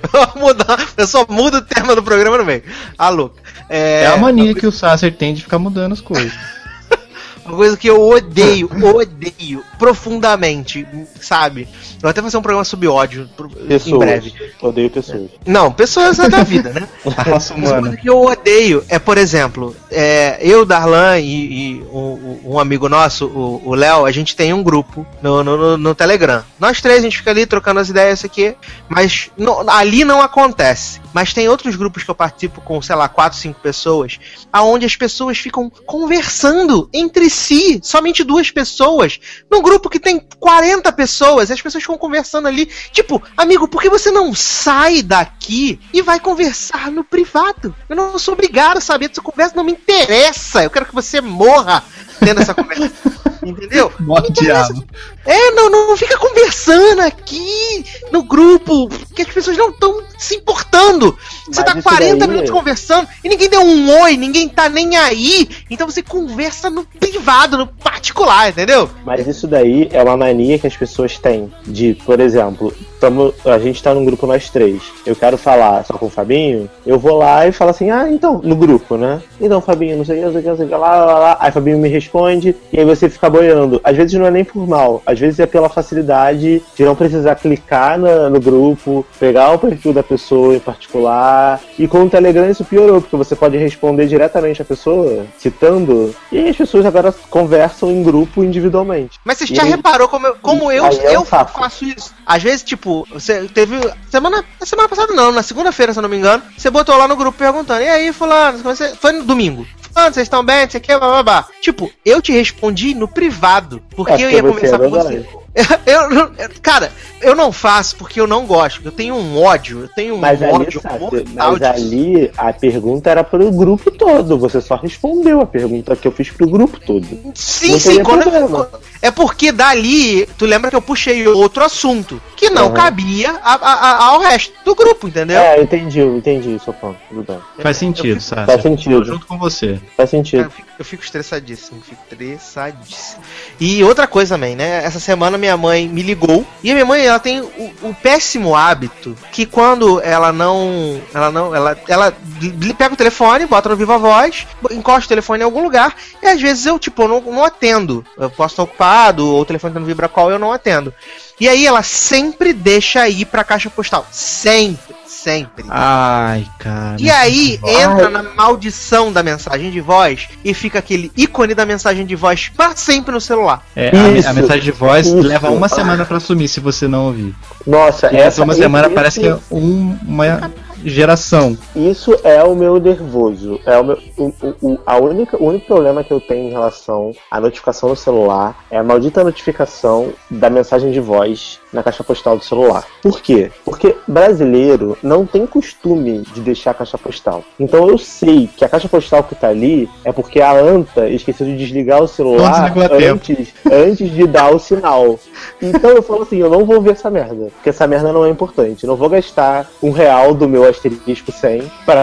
Eu só mudo o tema do programa no meio. Alô. É a mania que o Sasser tem de ficar mudando as coisas. Uma coisa que eu odeio profundamente, sabe? Eu vou até fazer um programa sobre ódio em breve. Odeio pessoas. Não, pessoas é da vida, né? A raça humana. Uma coisa que eu odeio é, por exemplo, eu, Darlan e um amigo nosso, o Léo, a gente tem um grupo no Telegram. Nós três, a gente fica ali trocando as ideias aqui, mas ali não acontece. Mas tem outros grupos que eu participo com, sei lá, 4, 5 pessoas, aonde as pessoas ficam conversando entre si, somente 2 pessoas, num grupo que tem 40 pessoas, as pessoas ficam conversando ali, tipo, amigo, por que você não sai daqui e vai conversar no privado? Eu não sou obrigado a saber dessa conversa, não me interessa, eu quero que você morra tendo essa conversa. Entendeu? Morre diabo. Não fica conversando aqui no grupo, que as pessoas não estão se importando. Você tá 40 minutos conversando e ninguém deu um oi, ninguém tá nem aí. Então você conversa no privado, no particular, entendeu? Mas isso daí é uma mania que as pessoas têm. De, por exemplo, a gente tá num grupo nós três. Eu quero falar só com o Fabinho, eu vou lá e falo assim, então, no grupo, né? Então, Fabinho, não sei o que, lá. Aí o Fabinho me responde, e aí você fica boiando. Às vezes não é nem por mal, às vezes é pela facilidade de não precisar clicar no grupo, pegar o perfil da pessoa em particular. E com o Telegram isso piorou, porque você pode responder diretamente a pessoa, citando, e aí as pessoas agora conversam em grupo individualmente. Mas você já reparou como eu faço isso? Às vezes, tipo, você teve. Na semana passada não, na segunda-feira, se eu não me engano, você botou lá no grupo perguntando, e aí, fulano, foi no domingo. Vocês estão bem, não sei o que, blá. Tipo, eu te respondi no privado, porque eu ia conversar com você. Cara, eu não faço porque eu não gosto. Eu tenho um ódio. Mas ali a pergunta era pro grupo todo. Você só respondeu a pergunta que eu fiz pro grupo todo. Sim. É porque dali, tu lembra que eu puxei outro assunto que não cabia ao resto do grupo, entendeu? Entendi, seu ponto. Tudo bem. Faz sentido, sabe? Faz sentido. Junto com você. Faz sentido. Eu fico estressadíssimo. E outra coisa também, né? Essa semana minha mãe me ligou. E a minha mãe, ela tem o péssimo hábito que quando ela pega o telefone, bota no Viva Voz, encosta o telefone em algum lugar, e às vezes eu, tipo, não atendo. Eu posso estar ocupado, ou o telefone tá no VibraCall, eu não atendo. E aí ela sempre deixa ir pra caixa postal. Sempre. Ai, cara. E aí entra na maldição da mensagem de voz e fica aquele ícone da mensagem de voz pra sempre no celular. A mensagem de voz leva uma semana pra sumir se você não ouvir. Nossa, essa uma semana parece que é uma geração. Isso é o meu nervoso. É o único problema que eu tenho em relação à notificação no celular é a maldita notificação da mensagem de voz na caixa postal do celular. Por quê? Porque brasileiro não tem costume de deixar a caixa postal. Então eu sei que a caixa postal que tá ali é porque a anta esqueceu de desligar o celular antes de dar o sinal. Então eu falo assim, eu não vou ver essa merda, porque essa merda não é importante. Eu não vou gastar R$1 do meu asterisco 100 pra...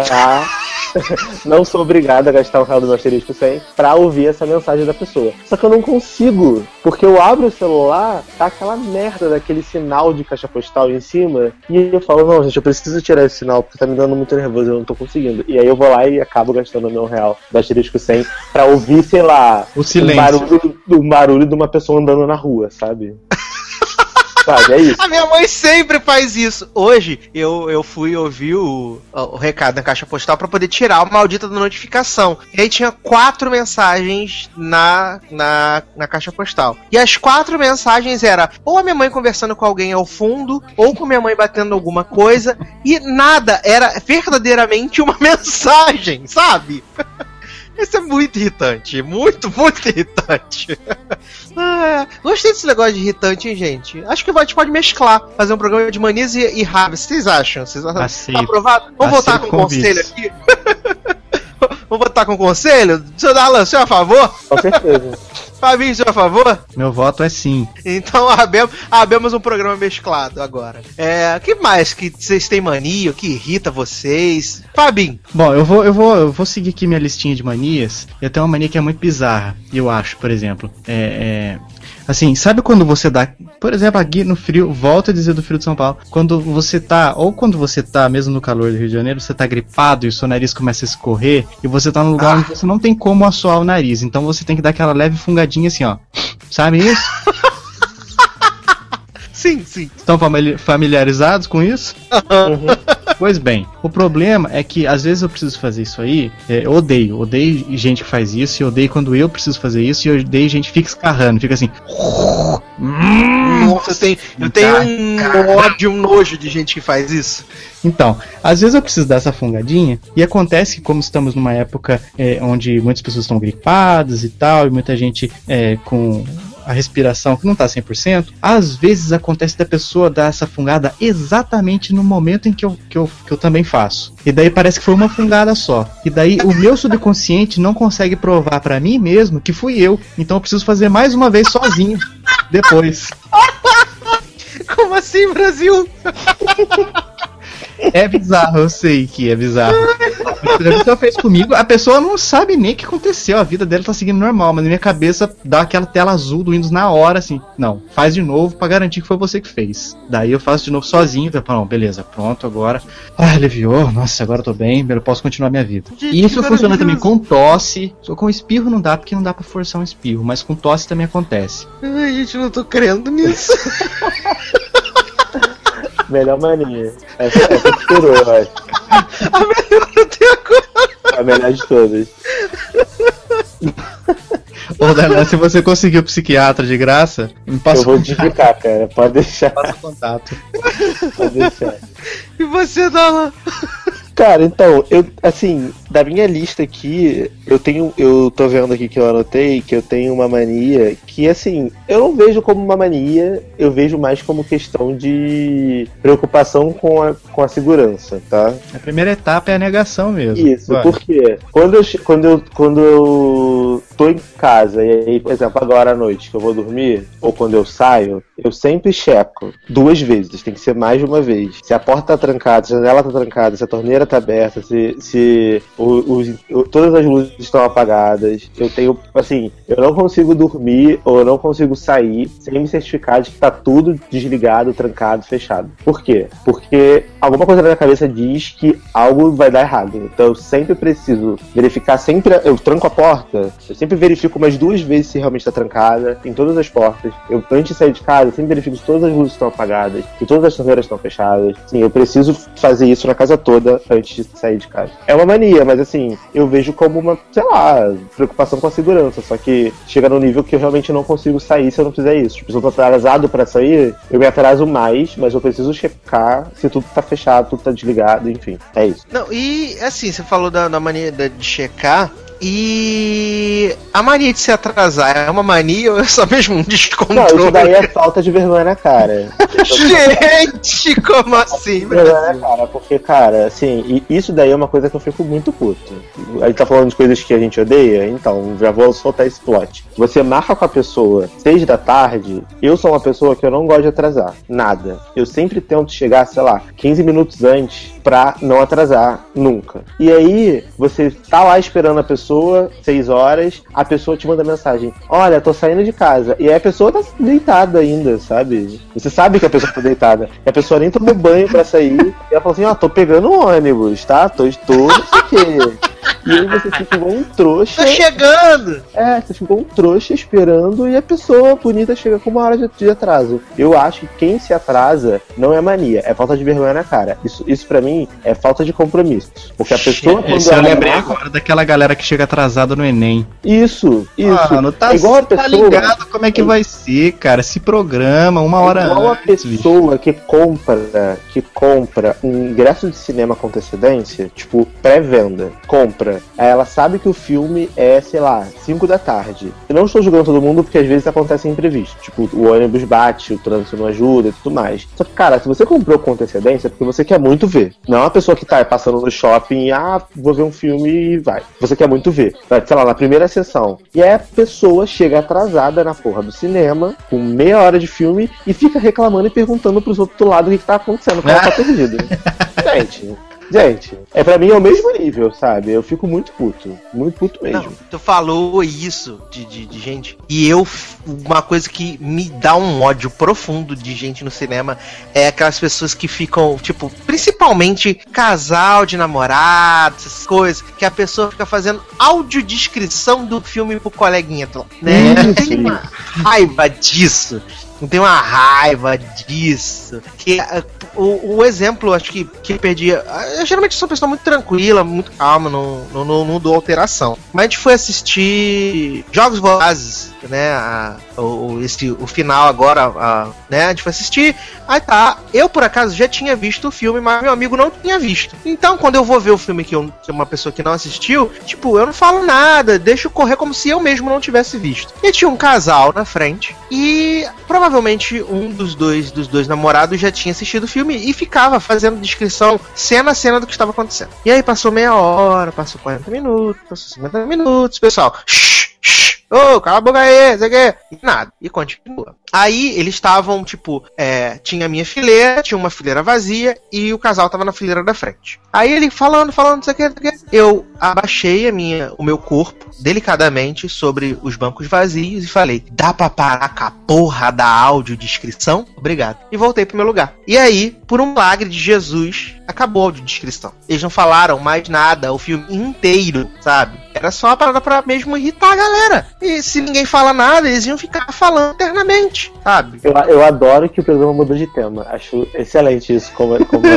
não sou obrigado a gastar R$1 do meu asterisco 100 pra ouvir essa mensagem da pessoa. Só que eu não consigo, porque eu abro o celular, tá aquela merda daquele sinal de caixa postal em cima, e eu falo, não, gente, eu preciso tirar esse sinal, porque tá me dando muito nervoso, eu não tô conseguindo. E aí eu vou lá e acabo gastando o meu R$1 do asterisco 100 pra ouvir, sei lá, o silêncio. O barulho de uma pessoa andando na rua, sabe? Sabe, é isso. A minha mãe sempre faz isso. Hoje eu fui ouvir o recado na caixa postal pra poder tirar a maldita da notificação. E aí tinha 4 mensagens na caixa postal. E as 4 mensagens era ou a minha mãe conversando com alguém ao fundo, ou com minha mãe batendo alguma coisa, e nada, era verdadeiramente uma mensagem, sabe? Isso é muito irritante. Muito, muito irritante. Gostei desse negócio de irritante, hein, gente? Acho que a gente pode mesclar. Fazer um programa de manias e raves. Vocês acham? Vocês acham aprovado? Vamos voltar com o conselho aqui? Vamos votar com o conselho? Seu Darlan, você é a favor? Com certeza. Fabinho, você é a favor? Meu voto é sim. Então abemos um programa mesclado agora. Que mais que vocês têm mania, que irrita vocês? Fabinho. Bom, eu vou seguir aqui minha listinha de manias. Eu tenho uma mania que é muito bizarra, eu acho, por exemplo. Assim, sabe quando você dá... Por exemplo, aqui no frio, volto a dizer do frio de São Paulo, quando você tá, ou quando você tá, mesmo no calor do Rio de Janeiro, você tá gripado e o seu nariz começa a escorrer, e você tá num lugar onde você não tem como assoar o nariz, então você tem que dar aquela leve fungadinha assim, ó. Sabe isso? Sim. Estão familiarizados com isso? Uhum. Pois bem, o problema é que às vezes eu preciso fazer isso aí, eu odeio gente que faz isso, e eu odeio quando eu preciso fazer isso, e eu odeio gente que fica escarrando, fica assim... Nossa, eu tenho um ódio, um nojo de gente que faz isso. Então, às vezes eu preciso dar essa fungadinha, e acontece que como estamos numa época onde muitas pessoas estão gripadas e tal, e muita gente com a respiração que não tá 100%, às vezes acontece da pessoa dar essa fungada exatamente no momento em que eu também faço. E daí parece que foi uma fungada só. E daí o meu subconsciente não consegue provar pra mim mesmo que fui eu. Então eu preciso fazer mais uma vez sozinho depois. Como assim, Brasil? É bizarro, eu sei que é bizarro. A pessoa fez comigo, a pessoa não sabe nem o que aconteceu, a vida dela tá seguindo normal, mas na minha cabeça dá aquela tela azul do Windows na hora, assim, não, faz de novo pra garantir que foi você que fez. Daí eu faço de novo sozinho, não, beleza, pronto, agora, aliviou, nossa, agora eu tô bem, eu posso continuar minha vida. E isso funciona também com tosse, só com espirro não dá, porque não dá pra forçar um espirro, mas com tosse também acontece. Ai, gente, não tô crendo nisso. Melhor mania. Essa tirou, eu acho. A melhor até agora. A melhor de todas. Ô, Darlan, se você conseguiu psiquiatra de graça, me passa. Eu vou te indicar, cara. Pode deixar. Passa o contato. Pode deixar. E você, Darlan? Cara, então, assim, da minha lista aqui, eu tô vendo aqui que eu anotei que eu tenho uma mania que, assim, eu não vejo como uma mania, eu vejo mais como questão de preocupação com a segurança, tá? A primeira etapa é a negação mesmo. Isso, porque quando eu tô em casa e aí, por exemplo, agora à noite que eu vou dormir, ou quando eu saio, eu sempre checo 2 vezes, tem que ser mais de uma vez. Se a porta tá trancada, se a janela tá trancada, se a torneira tá aberta, se todas as luzes estão apagadas. Eu tenho, assim, eu não consigo dormir ou eu não consigo sair sem me certificar de que tá tudo desligado, trancado, fechado. Por quê? Porque alguma coisa na minha cabeça diz que algo vai dar errado. Então eu sempre preciso verificar, eu tranco a porta, eu sempre verifico umas 2 vezes se realmente tá trancada, em todas as portas. Eu, antes de sair de casa, eu sempre verifico se todas as luzes estão apagadas, que todas as torneiras estão fechadas. Sim, eu preciso fazer isso na casa toda antes de sair de casa. É uma mania, mas assim, eu vejo como uma, sei lá, preocupação com a segurança, só que chega num nível que eu realmente não consigo sair se eu não fizer isso. Tipo, se eu tô atrasado pra sair, eu me atraso mais, mas eu preciso checar se tudo tá fechado, tudo tá desligado, enfim, é isso. Não, e assim, você falou da mania de checar. E a mania de se atrasar é uma mania ou é só mesmo um descontrole? Não, isso daí é falta de vergonha na cara. Gente, como assim, vergonha na cara, porque, cara, assim, isso daí é uma coisa que eu fico muito puto. A gente tá falando de coisas que a gente odeia, então já vou soltar esse plot. Você marca com a pessoa 6 da tarde, eu sou uma pessoa que eu não gosto de atrasar, nada. Eu sempre tento chegar, sei lá, 15 minutos antes pra não atrasar, nunca. E aí, você tá lá esperando a pessoa 6 horas, a pessoa te manda mensagem: olha, tô saindo de casa. E aí a pessoa tá deitada ainda, sabe? Você sabe que a pessoa tá deitada. E a pessoa nem tomou banho pra sair. E ela fala assim: ó, tô pegando um ônibus, tá? Tô não sei o quê. E aí você fica igual um trouxa. Tá chegando! Você ficou um trouxa esperando e a pessoa bonita chega com 1 hora de atraso. Eu acho que quem se atrasa não é mania, é falta de vergonha na cara. Isso pra mim é falta de compromisso. Porque a pessoa quando eu lembrei agora daquela galera que chega atrasada no Enem. Isso. Mano, tá, é igual a pessoa, tá ligado como é que vai ser, cara. Se programa 1 hora antes. Igual a pessoa que compra um ingresso de cinema com antecedência, tipo, pré-venda. Compra. Aí ela sabe que o filme é, sei lá, 5 da tarde. Eu não estou julgando todo mundo porque às vezes acontece imprevisto. Tipo, o ônibus bate, o trânsito não ajuda e tudo mais. Só que, cara, se você comprou com antecedência é porque você quer muito ver. Não é uma pessoa que tá passando no shopping e, vou ver um filme e vai. Você quer muito ver. Vai, sei lá, na primeira sessão. E aí a pessoa chega atrasada na porra do cinema, com meia hora de filme, e fica reclamando e perguntando pros outros do lado o que tá acontecendo, que ela tá perdida. Gente, pra mim é o mesmo nível, sabe? Eu fico muito puto mesmo. Não, tu falou isso de gente, e uma coisa que me dá um ódio profundo de gente no cinema é aquelas pessoas que ficam, tipo, principalmente casal de namorados, essas coisas, que a pessoa fica fazendo audiodescrição do filme pro coleguinha, né? Tem uma raiva disso. Não tem uma raiva disso. Que o exemplo, acho que perdi. Eu geralmente sou uma pessoa muito tranquila, muito calma, não dou alteração. Mas a gente foi assistir Jogos Vorazes, né? O final agora, né? A gente foi assistir. Aí tá. Eu, por acaso, já tinha visto o filme, mas meu amigo não tinha visto. Então, quando eu vou ver o filme que uma pessoa que não assistiu, tipo, eu não falo nada, deixo correr como se eu mesmo não tivesse visto. E tinha um casal na frente e provavelmente um dos dois namorados já tinha assistido o filme e ficava fazendo descrição cena a cena do que estava acontecendo. E aí passou meia hora, passou 40 minutos, passou 50 minutos, pessoal, cala a boca aí, sei o quê. E nada, e continua. Aí eles estavam, tipo, tinha a minha fileira, tinha uma fileira vazia e o casal tava na fileira da frente. Aí ele falando, não sei o que. Eu abaixei o meu corpo delicadamente sobre os bancos vazios e falei: dá pra parar com a porra da audiodescrição? Obrigado. E voltei pro meu lugar. E aí, por um milagre de Jesus, acabou a audiodescrição. Eles não falaram mais nada o filme inteiro, sabe? Era só uma parada pra mesmo irritar a galera. E se ninguém fala nada, eles iam ficar falando eternamente, sabe? Eu adoro que o programa mudou de tema. Acho excelente isso, como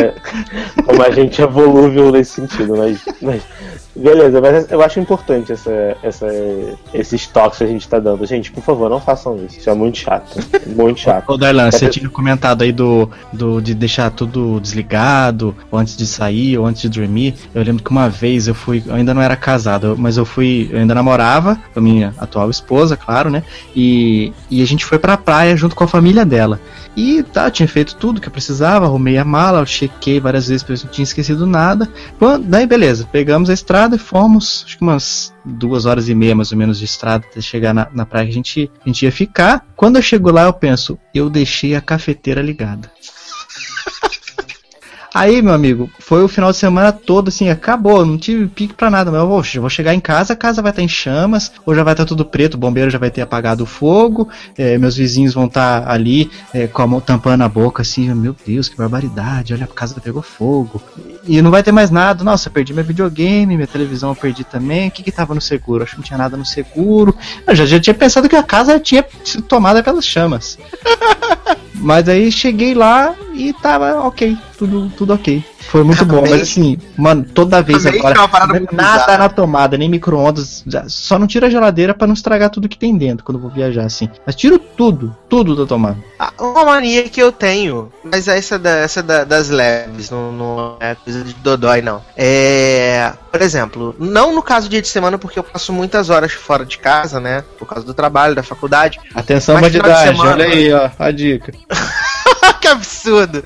a gente evolui nesse sentido. Mas beleza, mas eu acho importante esses toques que a gente tá dando. Gente, por favor, não façam isso. Isso é muito chato. Muito chato. Ô, Darlan, você tinha comentado aí de deixar tudo desligado, ou antes de sair, ou antes de dormir. Eu lembro que uma vez eu ainda não era casado, mas eu ainda namorava com a minha atual esposa, claro, né? E a gente foi pra praia junto com a família dela. E tá, eu tinha feito tudo que eu precisava, arrumei a mala, eu chequei várias vezes pra ver se não tinha esquecido nada. Daí beleza, pegamos a estrada e fomos, acho que umas 2h30 mais ou menos de estrada até chegar na praia que a gente ia ficar. Quando eu chego lá eu penso, eu deixei a cafeteira ligada. Aí, meu amigo, foi o final de semana todo, assim, acabou, não tive pique pra nada, mas eu vou chegar em casa, a casa vai estar em chamas, ou já vai estar tudo preto, o bombeiro já vai ter apagado o fogo, meus vizinhos vão estar ali com a mão tampando a boca, assim, meu Deus, que barbaridade, olha, a casa pegou fogo, e não vai ter mais nada, nossa, eu perdi meu videogame, minha televisão eu perdi também, o que tava no seguro? Acho que não tinha nada no seguro, eu já tinha pensado que a casa tinha sido tomada pelas chamas. Mas aí cheguei lá e tava ok, tudo ok. Foi muito bom, mas assim, mano, toda vez agora, nada na tomada, nem micro-ondas, só não tiro a geladeira pra não estragar tudo que tem dentro quando eu vou viajar, assim. Mas tiro tudo da tomada. Uma mania que eu tenho, mas essa das leves, não é coisa de dodói, não. Por exemplo, não no caso do dia de semana, porque eu passo muitas horas fora de casa, né, por causa do trabalho, da faculdade. Atenção, bandidagem, olha aí, ó, a dica. Que absurdo!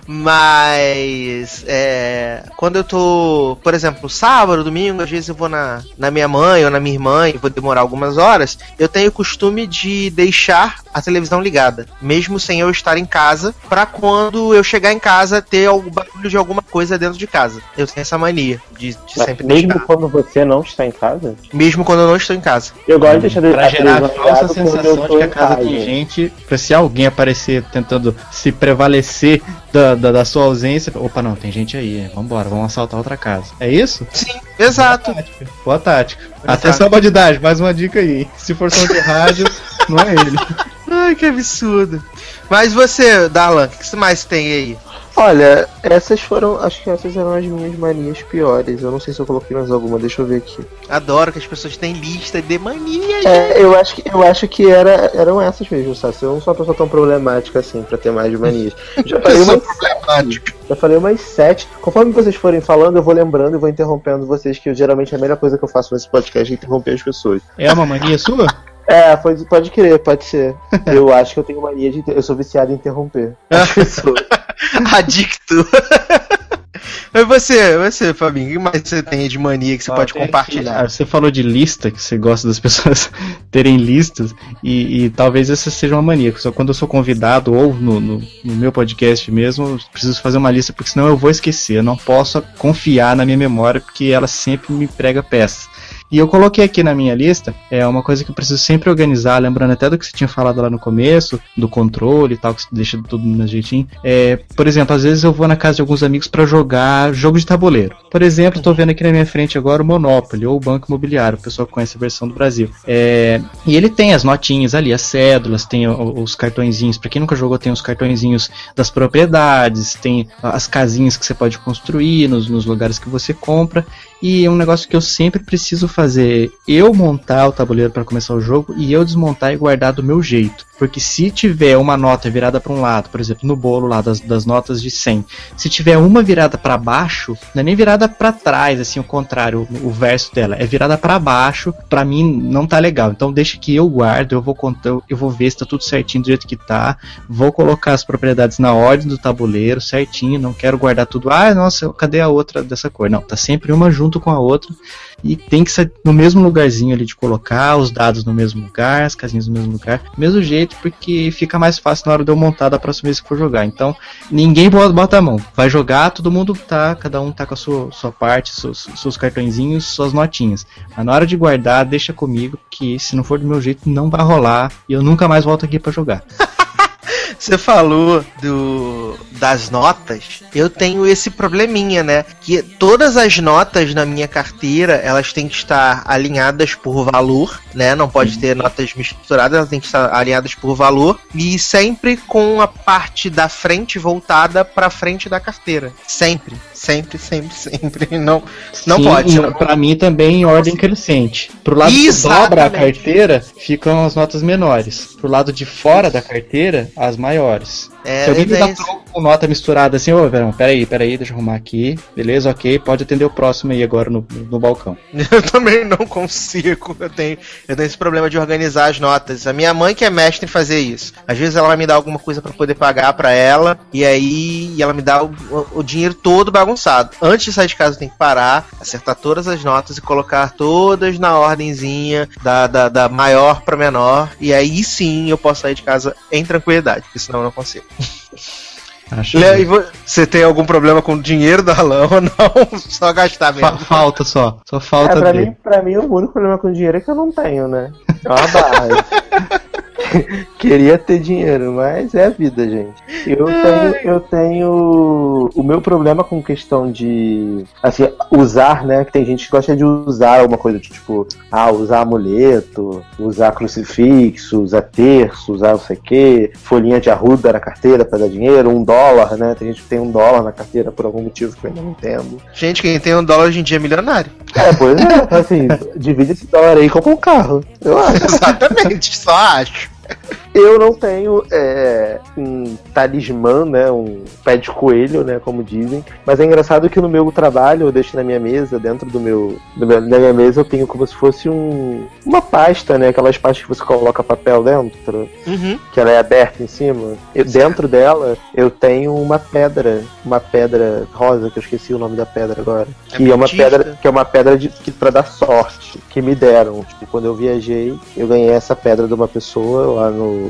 Mas quando eu tô, por exemplo, sábado, domingo, às vezes eu vou na minha mãe ou na minha irmã e vou demorar algumas horas, eu tenho o costume de deixar a televisão ligada, mesmo sem eu estar em casa, pra quando eu chegar em casa ter o barulho de alguma coisa dentro de casa. Eu tenho essa mania de sempre mesmo deixar. Quando você não está em casa? Mesmo quando eu não estou em casa. Eu gosto de deixar pra gerar a falsa sensação de que a casa tem gente, pra se alguém aparecer tentando se prevalecer da sua ausência, opa, não, tem gente aí, vambora, vamos assaltar outra casa. É isso? Sim, exato. Boa tática. Atenção, bandidagem, mais uma dica aí. Se for som de rádio, não é ele. Ai, que absurdo. Mas você, Darlan, o que mais tem aí? Olha, acho que essas eram as minhas manias piores. Eu não sei se eu coloquei mais alguma, deixa eu ver aqui. Adoro que as pessoas têm lista de manias. Eu acho que eram essas mesmo, sabe? Eu não sou uma pessoa tão problemática assim pra ter mais manias. Já falei umas 7. Conforme vocês forem falando, eu vou lembrando e vou interrompendo vocês, que geralmente é a melhor coisa que eu faço nesse podcast é interromper as pessoas. É uma mania sua? Pode crer, pode ser. Eu acho que eu tenho mania eu sou viciado em interromper as pessoas. Adicto. Mas você, Fabinho, o que mais você tem de mania que você pode compartilhar? Você falou de lista, que você gosta das pessoas terem listas, e talvez essa seja uma mania. Só quando eu sou convidado, ou no meu podcast mesmo, eu preciso fazer uma lista, porque senão eu vou esquecer. Eu não posso confiar na minha memória, porque ela sempre me prega peças. E eu coloquei aqui na minha lista, uma coisa que eu preciso sempre organizar, lembrando até do que você tinha falado lá no começo, do controle e tal, que você deixa tudo no jeitinho. Por exemplo, às vezes eu vou na casa de alguns amigos para jogar jogo de tabuleiro. Por exemplo, estou vendo aqui na minha frente agora o Monopoly, ou o Banco Imobiliário, o pessoal conhece a versão do Brasil. E ele tem as notinhas ali, as cédulas, tem os cartõezinhos, para quem nunca jogou, tem os cartõezinhos das propriedades, tem as casinhas que você pode construir nos lugares que você compra. E é um negócio que eu sempre preciso fazer, eu montar o tabuleiro para começar o jogo e eu desmontar e guardar do meu jeito. Porque se tiver uma nota virada para um lado, por exemplo, no bolo lá das notas de 100, se tiver uma virada para baixo, não é nem virada para trás, assim, o contrário, o verso dela, é virada para baixo, para mim não tá legal. Então deixa que eu guardo, eu vou contar, eu vou ver se tá tudo certinho do jeito que tá, vou colocar as propriedades na ordem do tabuleiro certinho, não quero guardar tudo, nossa, cadê a outra dessa cor? Não, tá sempre uma junto com a outra. E tem que ser no mesmo lugarzinho ali de colocar os dados no mesmo lugar, as casinhas no mesmo lugar, do mesmo jeito, porque fica mais fácil na hora de eu montar da próxima vez que for jogar. Então, ninguém bota a mão. Vai jogar, todo mundo cada um tá com a sua parte, seus cartõezinhos, suas notinhas. Mas na hora de guardar, deixa comigo, que se não for do meu jeito, não vai rolar e eu nunca mais volto aqui pra jogar. Você falou das notas, eu tenho esse probleminha, né? Que todas as notas na minha carteira, elas têm que estar alinhadas por valor, né? Não pode ter notas misturadas, elas têm que estar alinhadas por valor e sempre com a parte da frente voltada para frente da carteira. Sempre. Não pode. Pra mim também em ordem crescente. Pro lado que dobra a carteira, ficam as notas menores. Pro lado de fora da carteira, as maiores. Se alguém me dá troco com nota misturada assim, ô, Verão, peraí, deixa eu arrumar aqui. Beleza, ok, pode atender o próximo aí agora no balcão. Eu também não consigo. Eu tenho esse problema de organizar as notas. A minha mãe que é mestre em fazer isso. Às vezes ela vai me dar alguma coisa pra poder pagar pra ela, e aí ela me dá o dinheiro todo bagunçado. Antes de sair de casa eu tenho que parar, acertar todas as notas e colocar todas na ordenzinha da maior pra menor, e aí sim eu posso sair de casa em tranquilidade, porque senão eu não consigo. Você tem algum problema com o dinheiro da Alan ou não? Só gastar mesmo? Falta só falta pra mim o único problema com o dinheiro é que eu não tenho, né? É uma barra. Queria ter dinheiro, mas é a vida, gente. Eu tenho o meu problema com questão de assim, usar, né? Que tem gente que gosta de usar alguma coisa tipo, usar amuleto, usar crucifixo, usar terço, usar não sei o que, folhinha de arruda na carteira pra dar dinheiro, $1, né? Tem gente que tem $1 na carteira por algum motivo que eu ainda não entendo. Gente, quem tem $1 hoje em dia é milionário. Pois é, assim, divide esse dólar aí e compra um carro. Eu acho. Exatamente, só acho. Eu não tenho um talismã, né, um pé de coelho, né, como dizem, mas é engraçado que no meu trabalho eu deixo na minha mesa, dentro da minha mesa eu tenho como se fosse uma pasta, né, aquelas pastas que você coloca papel dentro, que ela é aberta em cima. Dentro dela eu tenho uma pedra rosa, que eu esqueci o nome da pedra agora, que é uma pedra pra dar sorte, que me deram, tipo, quando eu viajei, eu ganhei essa pedra de uma pessoa lá no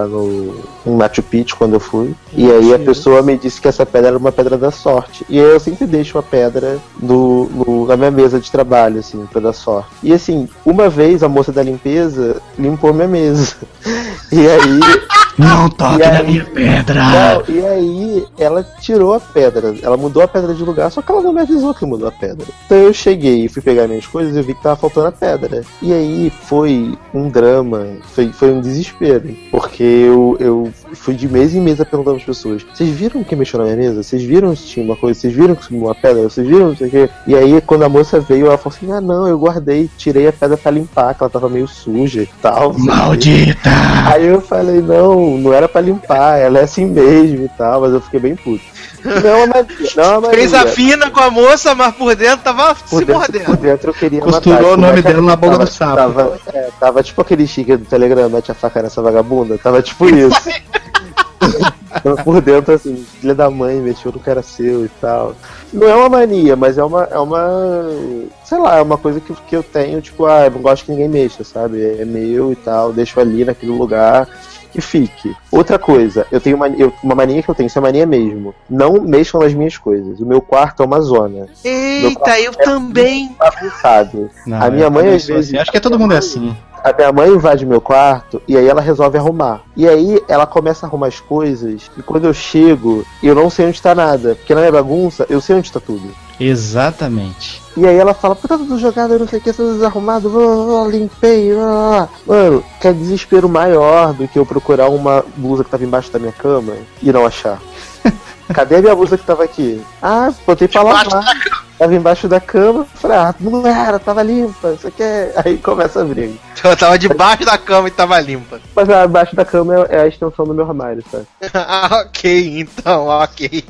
Machu Picchu, quando eu fui. E aí a pessoa me disse que essa pedra era uma pedra da sorte. E aí eu sempre deixo uma pedra na minha mesa de trabalho, assim, pra dar sorte. E assim, uma vez a moça da limpeza limpou minha mesa. E aí... Não toque na minha pedra! Não, e aí ela tirou a pedra, ela mudou a pedra de lugar, só que ela não me avisou que mudou a pedra. Então eu cheguei e fui pegar minhas coisas e eu vi que tava faltando a pedra. E aí foi um drama, foi um desespero, porque eu fui de mesa em mesa perguntando às pessoas: vocês viram que mexeu na minha mesa? Vocês viram se tinha uma coisa? Vocês viram que subiu uma pedra? Vocês viram não sei o quê? E aí quando a moça veio, ela falou assim: não, eu guardei, tirei a pedra pra limpar, que ela tava meio suja e tal. Maldita! Aí eu falei: não era pra limpar, ela é assim mesmo e tal, mas eu fiquei bem puto. Não é uma mania. Fez a fina com a moça, mas por dentro tava se mordendo. Por dentro eu queria costurou matar, o nome dela na boca do sapo. Tava tipo aquele sticker do Telegram, mete a faca nessa vagabunda, tava tipo isso. Por dentro, assim, filha da mãe, mexeu no cara seu e tal. Não é uma mania, mas é uma sei lá, é uma coisa que eu tenho, tipo, eu não gosto que ninguém mexa, sabe? É meu e tal, deixo ali naquele lugar que fique. Outra coisa, eu tenho uma mania que eu tenho, isso é mania mesmo. Não mexam nas minhas coisas. O meu quarto é uma zona. Eita, eu também. Sabe? A minha mãe às vezes... Acho que todo mundo é assim. A minha mãe invade meu quarto e aí ela resolve arrumar. E aí ela começa a arrumar as coisas e quando eu chego, eu não sei onde tá nada. Porque na minha bagunça, eu sei onde tá tudo. Exatamente. E aí ela fala: tá tudo jogado, eu não sei o que, tudo desarrumado, limpei, Mano, que é desespero maior do que eu procurar uma blusa que tava embaixo da minha cama e não achar. Cadê a minha blusa que tava aqui? Botei pra lavar. Tava embaixo da cama, falei: não era, tava limpa, isso aqui é... Aí começa a briga. Eu tava debaixo da cama e tava limpa. Mas abaixo da cama é a extensão do meu armário, sabe? Ok, então, ok.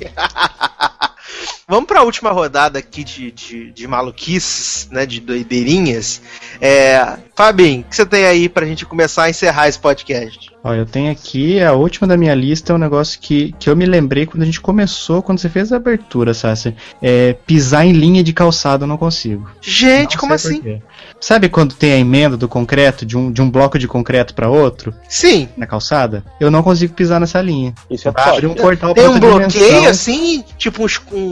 Vamos para a última rodada aqui de maluquices, né, de doideirinhas. Fabinho, o que você tem aí pra gente começar a encerrar esse podcast? Ó, eu tenho aqui, a última da minha lista é um negócio que eu me lembrei quando a gente começou, quando você fez a abertura, Sassi. Pisar em linha de calçado eu não consigo. Gente, não como assim? Sabe quando tem a emenda do concreto, de um bloco de concreto para outro? Sim. Na calçada? Eu não consigo pisar nessa linha. Isso é abrir um portal tem pra um bloqueio assim? Tipo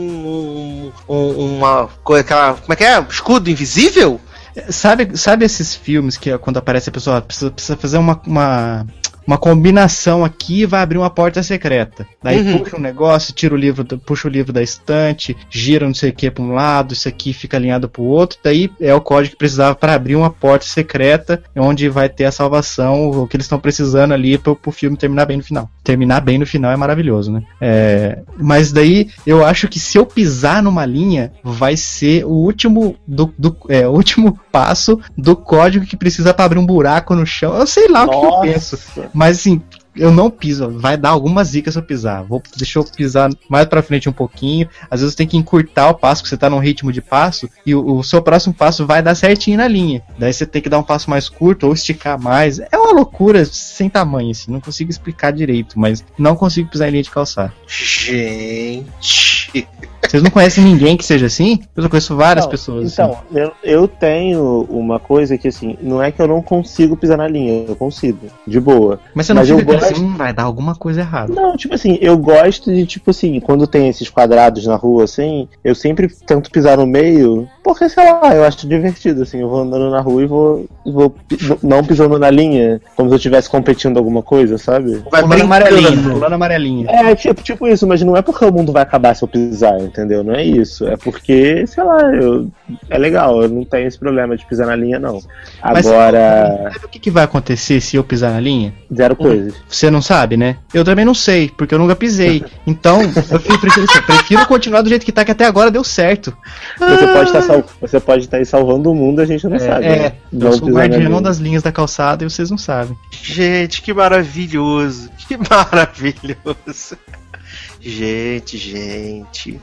uma coisa, como é que é? Escudo invisível? Sabe esses filmes que quando aparece a pessoa precisa fazer uma combinação aqui e vai abrir uma porta secreta. Daí puxa um negócio, puxa o livro da estante, gira não sei o que para um lado, isso aqui fica alinhado para o outro. Daí é o código que precisava para abrir uma porta secreta, onde vai ter a salvação, o que eles estão precisando ali para o filme terminar bem no final. Terminar bem no final é maravilhoso, né? Mas daí eu acho que se eu pisar numa linha, vai ser o último o último passo do código que precisa para abrir um buraco no chão. Eu sei lá o que eu penso. Mas assim, eu não piso, vai dar alguma zica se eu pisar. Deixa eu pisar mais pra frente um pouquinho. Às vezes tem que encurtar o passo, porque você tá num ritmo de passo, e o seu próximo passo vai dar certinho na linha. Daí você tem que dar um passo mais curto ou esticar mais. É uma loucura sem tamanho, assim. Não consigo explicar direito, mas não consigo pisar em linha de calçada. Gente... Vocês não conhecem ninguém que seja assim? Eu conheço várias pessoas então, assim. Eu tenho uma coisa que, assim, não é que eu não consigo pisar na linha, eu consigo, de boa. Mas você não fica assim, vai dar alguma coisa errada. Não, tipo assim, eu gosto de, tipo assim, quando tem esses quadrados na rua, assim, eu sempre tento pisar no meio, porque, sei lá, eu acho divertido, assim, eu vou andando na rua e vou não pisando na linha, como se eu estivesse competindo alguma coisa, sabe? Vai pulando amarelinha. É, tipo isso, mas não é porque o mundo vai acabar se eu pisar, entendeu? Não é isso. É porque, sei lá, é legal, eu não tenho esse problema de pisar na linha, não. Agora. Mas sabe o que vai acontecer se eu pisar na linha? Zero coisas. Você não sabe, né? Eu também não sei, porque eu nunca pisei. Então, eu prefiro continuar do jeito que tá, que até agora deu certo. Você pode estar aí salvando o mundo, a gente não sabe. Né? Eu sou o guardião das linhas da calçada e vocês não sabem. Gente, que maravilhoso. Que maravilhoso. Gente.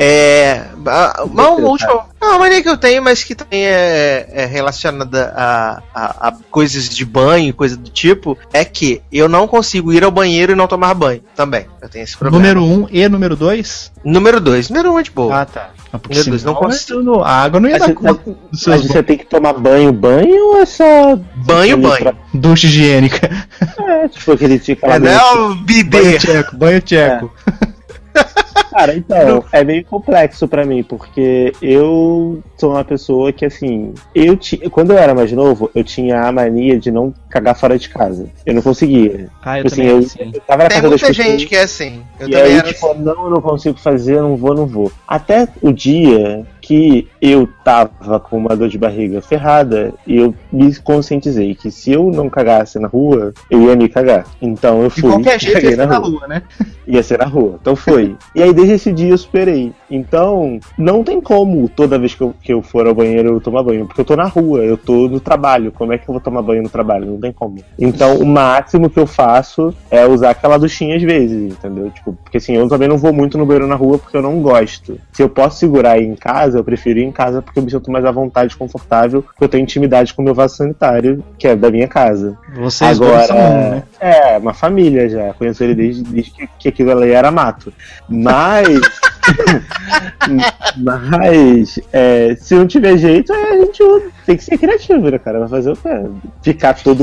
Uma mania que eu tenho, mas que também é relacionada a coisas de banho, coisa do tipo, é que eu não consigo ir ao banheiro e não tomar banho também. Eu tenho esse problema. Número 1 e número 2? Número 2. Número 1 é de boa. Ah, tá. Número 2 não consigo. A água não ia dar conta. Mas você tem que tomar banho ou é só... Banho. Ducha higiênica. É, tipo aquele tipo... Não, bidê. Banho tcheco. Cara, então, é meio complexo pra mim, porque eu sou uma pessoa que, assim, quando eu era mais novo, eu tinha a mania de não cagar fora de casa. Eu não conseguia. Ah, eu tipo, também assim, eu tava na Tem casa muita das gente pessoas, que é assim. Eu e também aí, era tipo, assim. não, eu não consigo fazer, não vou. Até o dia que eu tava com uma dor de barriga ferrada e eu me conscientizei que se eu não cagasse na rua, eu ia me cagar. Então eu fui. De qualquer jeito caguei ia ser na rua, né? Ia ser na rua. Então foi. E aí desde esse dia eu superei. Então não tem como toda vez que eu for ao banheiro eu tomar banho. Porque eu tô na rua, eu tô no trabalho. Como é que eu vou tomar banho no trabalho? Não tem como. Então o máximo que eu faço é usar aquela duchinha às vezes, entendeu? Tipo, porque assim, eu também não vou muito no banheiro na rua porque eu não gosto. Se eu posso segurar aí em casa, eu prefiro ir em casa porque eu me sinto mais à vontade, confortável, porque eu tenho intimidade com o meu vaso sanitário, que é da minha casa. Vocês agora são um, né? É, uma família já. Conheço ele desde que aquilo ali era mato. Mas se não tiver jeito, a gente tem que ser criativo, né, cara? Vai fazer o quê? Ficar todo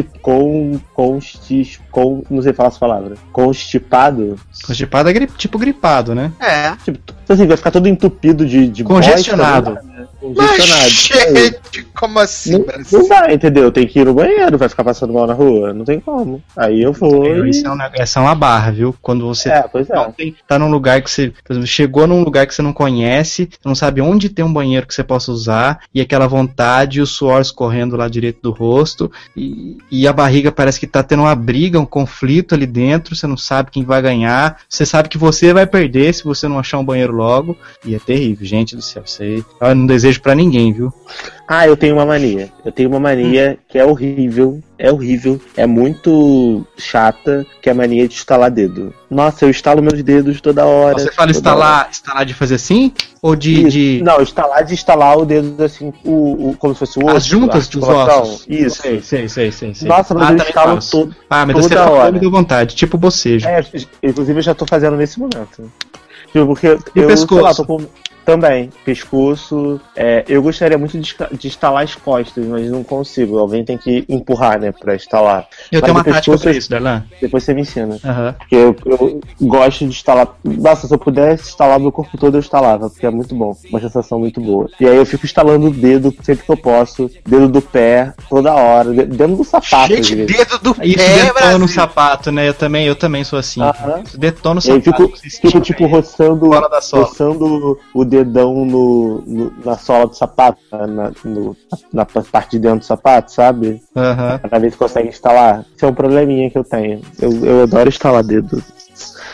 não sei falar essa palavra. Constipado? Constipado é tipo gripado, né? É. Tipo, assim, vai ficar todo entupido de congestionado. Bosta, né? Congestionado. Gente, como assim, Brasil? Não dá, entendeu? Tem que ir no banheiro, vai ficar passando mal na rua. Não tem como. Aí eu vou. Essa é uma barra, viu? Quando você tá num lugar que você, por exemplo, chegou num lugar que você não conhece, não sabe onde tem um banheiro que você possa usar, e aquela vontade, o suor escorrendo lá direito do rosto, e a barriga parece que tá tendo uma briga, um conflito ali dentro, você não sabe quem vai ganhar, você sabe que você vai perder se você não achar um banheiro logo, e é terrível, gente do céu. Eu não desejo pra ninguém, viu? Ah, eu tenho uma mania. Que é horrível. É muito chata, que é a mania de estalar dedo. Nossa, eu estalo meus dedos toda hora. Você fala estalar de fazer assim? Ou de... Não, estalar o dedo assim, como se fosse o osso. As juntas dos ossos? Isso. Sei. Nossa, mas eu estalo todo. Ah, mas você fala me deu vontade, tipo bocejo. Inclusive eu já tô fazendo nesse momento. Tipo, porque e eu, pescoço? sei lá, tô com... Também, pescoço. Eu gostaria muito de estalar as costas, mas não consigo. Alguém tem que empurrar, né, pra estalar. Eu tenho uma tática pra isso, Darlan. Depois você me ensina. Uhum. Porque eu gosto de estalar. Nossa, se eu pudesse instalar meu corpo todo, eu instalava, porque é muito bom. Uma sensação muito boa. E aí eu fico instalando o dedo sempre que eu posso. Dedo do pé, toda hora. Dentro do sapato. Gente, dedo do pé, isso detona Brasil. No sapato, né? Eu também sou assim. Detona no sapato. Eu fico tipo, roçando o dedão na sola do sapato, na parte de dentro do sapato, sabe? Pra ver se consegue instalar. Isso é um probleminha que eu tenho. Eu adoro instalar dedo.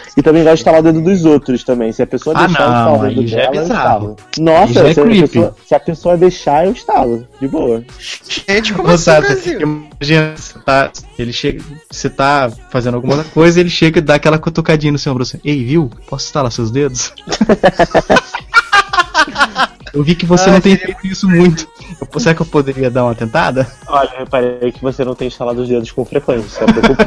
E também gosto de instalar o dedo dos outros também. Se a pessoa deixar eu instalar o dedo dela, eu instalo. Nossa, se a pessoa deixar, eu instalo. De boa. Gente, como assim, Brasil? Imagina, você tá fazendo alguma coisa, ele chega e dá aquela cutucadinha no seu ombro assim, ei, viu? Posso instalar seus dedos? Eu vi que você não tem feito isso muito. Será que eu poderia dar uma tentada? Olha, eu reparei que você não tem instalado os dedos com frequência.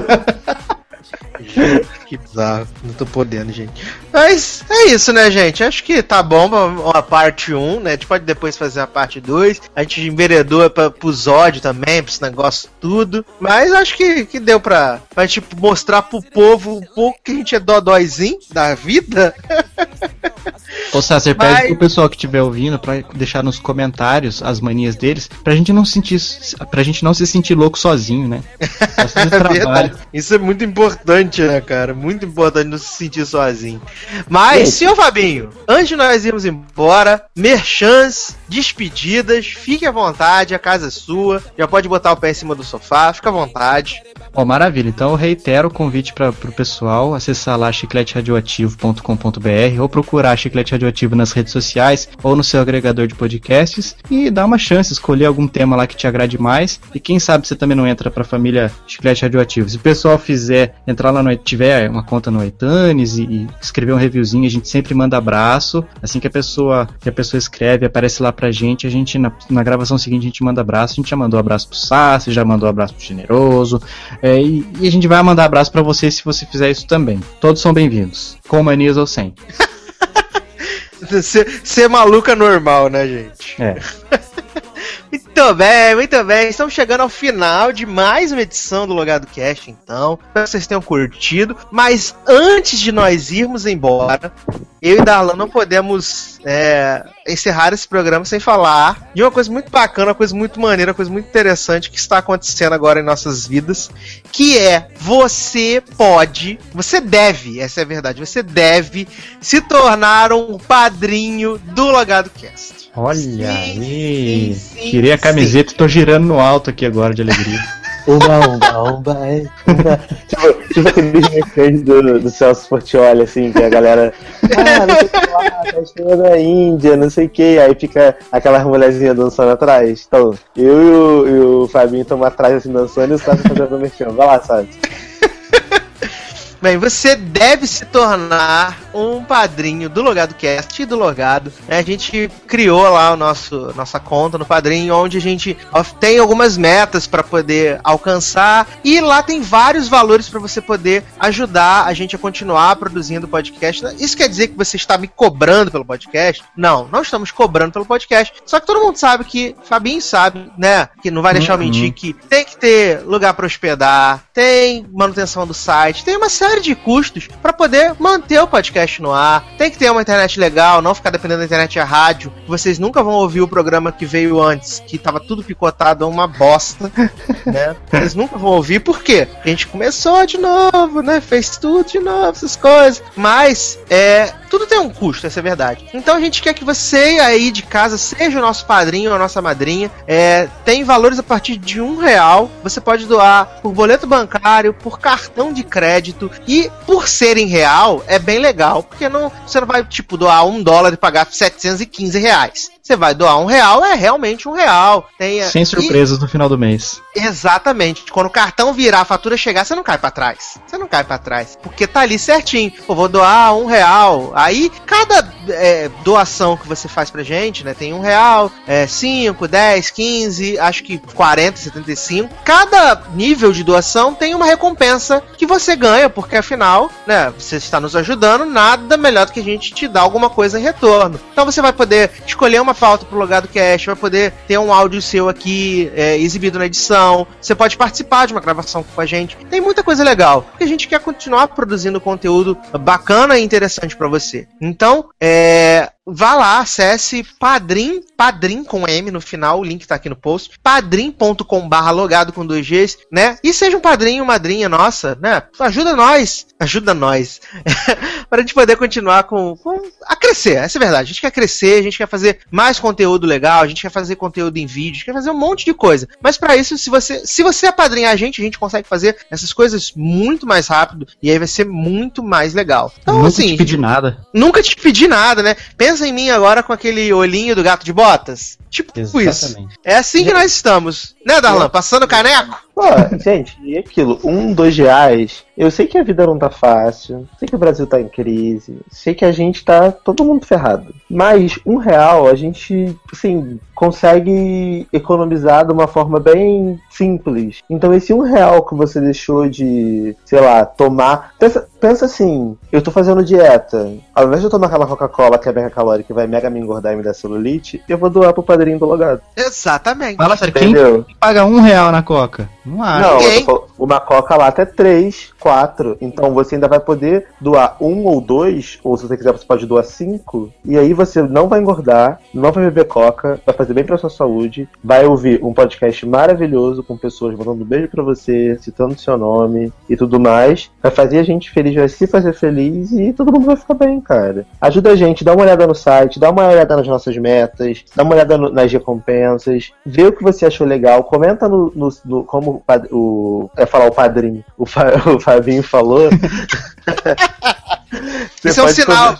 Que bizarro, não tô podendo, gente. Mas é isso, né, gente? Acho que tá bom a parte 1, né? A gente pode depois fazer a parte 2. A gente enveredou pro Zódio também, pra esse negócio tudo. Mas acho que deu pra tipo, mostrar pro povo um pouco que a gente é dodóizinho da vida. Ô Sasser, pede pro pessoal que estiver ouvindo pra deixar nos comentários as manias deles, pra gente não se sentir louco sozinho, né? Isso é muito importante, né, cara? Muito importante não se sentir sozinho. Mas, senhor Fabinho, antes de nós irmos embora, merchans, despedidas, fique à vontade, a casa é sua, já pode botar o pé em cima do sofá, fica à vontade. Ó, maravilha, então eu reitero o convite pro pessoal acessar lá chicleteradioativo.com.br ou procurar Chiclete Radioativo nas redes sociais ou no seu agregador de podcasts e dar uma chance, escolher algum tema lá que te agrade mais e quem sabe você também não entra pra família Chiclete Radioativo. Se o pessoal entrar lá tiver uma conta no iTunes e escrever um reviewzinho, a gente sempre manda abraço, assim que a pessoa escreve, aparece lá pra gente, a gente na gravação seguinte a gente manda abraço, a gente já mandou abraço pro Sassi, já mandou abraço pro Generoso, e a gente vai mandar abraço pra você se você fizer isso também. Todos são bem-vindos, com manias ou sem. Ser maluca normal, né, gente? É. Muito bem. Estamos chegando ao final de mais uma edição do Logado Cast, então. Espero que vocês tenham curtido. Mas antes de nós irmos embora, eu e Darlan não podemos encerrar esse programa sem falar de uma coisa muito bacana, uma coisa muito maneira, uma coisa muito interessante que está acontecendo agora em nossas vidas, que é você deve, essa é a verdade, você deve se tornar um padrinho do Logado Cast. Olha aí, tirei a camiseta e tô girando no alto aqui agora de alegria. Umba. Tipo aqueles merchantes do Celso Portiolli, assim, que a galera. Não sei o que lá, tá estreando da Índia, não sei o que. Aí fica aquelas mulherzinhas dançando atrás. Então, eu e o Fabinho estamos atrás assim dançando e o Sassi fazendo merchan. Vai lá, Sassi. Bem, você deve se tornar um padrinho do Logado Cast e do Logado. A gente criou lá nossa conta no Padrinho, onde a gente tem algumas metas para poder alcançar. E lá tem vários valores para você poder ajudar a gente a continuar produzindo podcast. Isso quer dizer que você está me cobrando pelo podcast? Não estamos cobrando pelo podcast. Só que todo mundo sabe que, Fabinho sabe, né? Que não vai deixar eu mentir, que tem que ter lugar para hospedar, tem manutenção do site, tem uma série de custos para poder manter o podcast no ar. Tem que ter uma internet legal, não ficar dependendo da internet e a rádio. Vocês nunca vão ouvir o programa que veio antes, que tava tudo picotado, uma bosta, né? Vocês nunca vão ouvir, por quê? A gente começou de novo, né? Fez tudo de novo, essas coisas. Mas, tudo tem um custo, essa é a verdade. Então a gente quer que você aí de casa seja o nosso padrinho ou a nossa madrinha. Tem valores a partir de R$1. Você pode doar por boleto bancário, por cartão de crédito. E por ser em real, é bem legal, porque você não vai, tipo, doar $1 e pagar R$715. Você vai doar R$1, é realmente R$1. Sem surpresas no final do mês. Exatamente. Quando o cartão virar, a fatura chegar, você não cai pra trás. Porque tá ali certinho. Pô, vou doar R$1. Aí, cada doação que você faz pra gente, né, tem R$1, 5, 10, 15, acho que 40, 75. Cada nível de doação tem uma recompensa que você ganha, porque afinal, né, você está nos ajudando, nada melhor do que a gente te dar alguma coisa em retorno. Então você vai poder escolher uma pauta pro Logado Cast, vai poder ter um áudio seu aqui exibido na edição, você pode participar de uma gravação com a gente, tem muita coisa legal, porque a gente quer continuar produzindo conteúdo bacana e interessante pra você. Então, vá lá, acesse Padrim com M no final, o link tá aqui no post, padrim.com/logado com 2 Gs, né? E seja um padrinho, madrinha nossa, né? Ajuda nós, pra gente poder continuar a crescer, essa é a verdade. A gente quer crescer, a gente quer fazer mais conteúdo legal, a gente quer fazer conteúdo em vídeo, a gente quer fazer um monte de coisa. Mas pra isso, se você apadrinhar a gente consegue fazer essas coisas muito mais rápido e aí vai ser muito mais legal. Então, Nunca assim, te pedi nada. Nunca te pedi nada, né? Pensa em mim agora com aquele olhinho do gato de botas. Tipo Exatamente. isso. É assim que nós estamos. Né, Darlan? Passando caneco? Pô, gente, e aquilo? R$1, R$2. Eu sei que a vida não tá fácil. Sei que o Brasil tá em crise. Sei que a gente tá todo mundo ferrado. Mas R$1 a gente, assim, consegue economizar de uma forma bem simples. Então esse R$1 que você deixou de, sei lá, tomar... Pensa assim, eu tô fazendo dieta. Ao invés de eu tomar aquela Coca-Cola que é mega calórica e vai mega me engordar e me dar celulite, eu vou doar pro padrinho do Logado. Exatamente. Fala sério, Entendeu? quem paga R$1 na Coca? Não acho. Não, Ninguém. uma Coca lá até 3, 4. Então você ainda vai poder doar 1 ou 2, ou se você quiser você pode doar 5. E aí você não vai engordar, não vai beber Coca, vai fazer bem pra sua saúde, vai ouvir um podcast maravilhoso com pessoas mandando um beijo pra você, citando seu nome e tudo mais. Vai fazer a gente feliz, vai se fazer feliz e todo mundo vai ficar bem, cara. Ajuda a gente, dá uma olhada no site, dá uma olhada nas nossas metas, dá uma olhada nas recompensas, vê o que você achou legal, comenta no como o padrinho, o Fabinho falou. Isso é um sinal.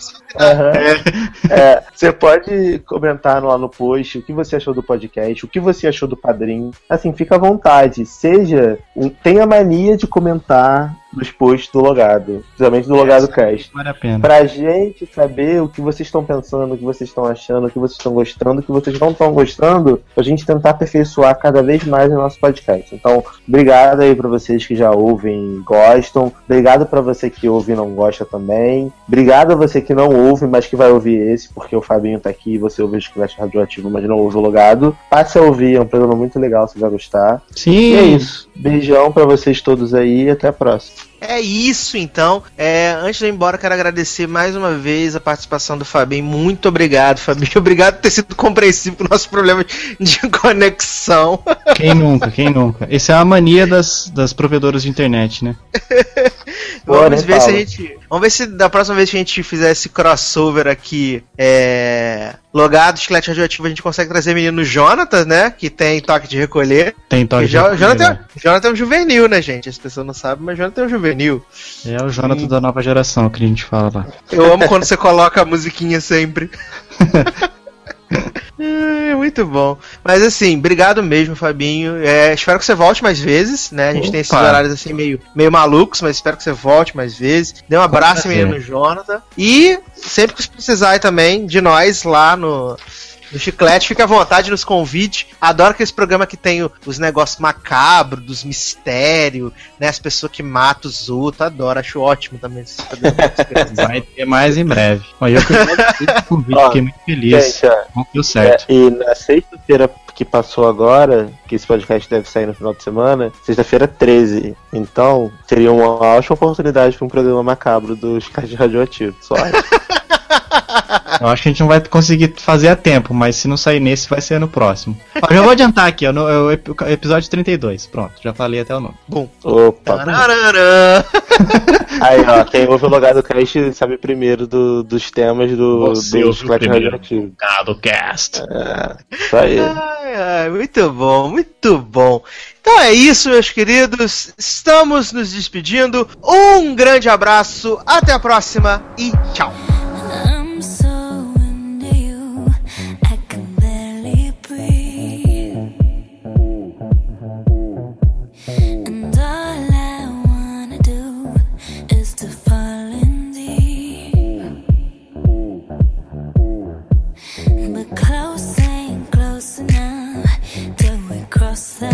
Você pode comentar lá no post o que você achou do podcast, o que você achou do padrinho. Assim, fica à vontade. Tenha mania de comentar nos posts do Logado, principalmente do Logado Cast. Vale a pena. Pra gente saber o que vocês estão pensando, o que vocês estão achando, o que vocês estão gostando, o que vocês não estão gostando, pra gente tentar aperfeiçoar cada vez mais o nosso podcast. Então, obrigado aí pra vocês que já ouvem e gostam. Obrigado pra você que ouve e não gosta também. Obrigado a você que não ouve, mas que vai ouvir esse, porque o Fabinho tá aqui e você ouve o Chiclete Radioativo, mas não ouve o Logado. Passe a ouvir, é um programa muito legal, você vai gostar. Sim. E é isso. Beijão pra vocês todos aí e até a próxima. É isso, então. Antes de eu ir embora, quero agradecer mais uma vez a participação do Fabinho. Muito obrigado, Fabinho. Obrigado por ter sido compreensivo com o nosso problema de conexão. Quem nunca? Essa é a mania das provedoras de internet, né? Vamos ver se da próxima vez que a gente fizer esse crossover aqui, Logado, Chiclete Radioativo, a gente consegue trazer menino Jonathan, né? Que tem toque de recolher. Tem toque de recolher. Jonathan é um juvenil, né, gente? As pessoas não sabem, mas Jonathan é um juvenil. É o Jonathan da nova geração que a gente fala lá. Eu amo quando você coloca a musiquinha sempre. É muito bom. Mas assim, obrigado mesmo, Fabinho. Espero que você volte mais vezes, né? A gente tem esses horários assim meio malucos, mas espero que você volte mais vezes. Dê um abraço, menino Jonathan. E sempre que você precisar aí também de nós lá no Chiclete, fica à vontade, nos convide. Adoro aquele programa que tem os negócios macabros, dos mistérios, né? As pessoas que matam os outros. Adoro, acho ótimo também esse programa. Vai ter mais em breve. Olha, eu fiz o convite, fiquei muito feliz. Gente, deu certo. E na sexta-feira que passou agora, que esse podcast deve sair no final de semana, sexta-feira 13. Então, seria uma ótima oportunidade para um programa macabro do Chiclete Radioativo. Só Eu acho que a gente não vai conseguir fazer a tempo, mas se não sair nesse, vai ser no próximo. Ó, já vou adiantar aqui, ó, no episódio 32. Pronto, já falei até o nome. Bom. Opa. Aí, ó, quem ouve o Logado Cast sabe primeiro dos temas do Chiclete Radioativo. Logado Cast. Isso aí. Muito bom, muito bom. Então é isso, meus queridos. Estamos nos despedindo. Um grande abraço, até a próxima e tchau. Close enough till we cross the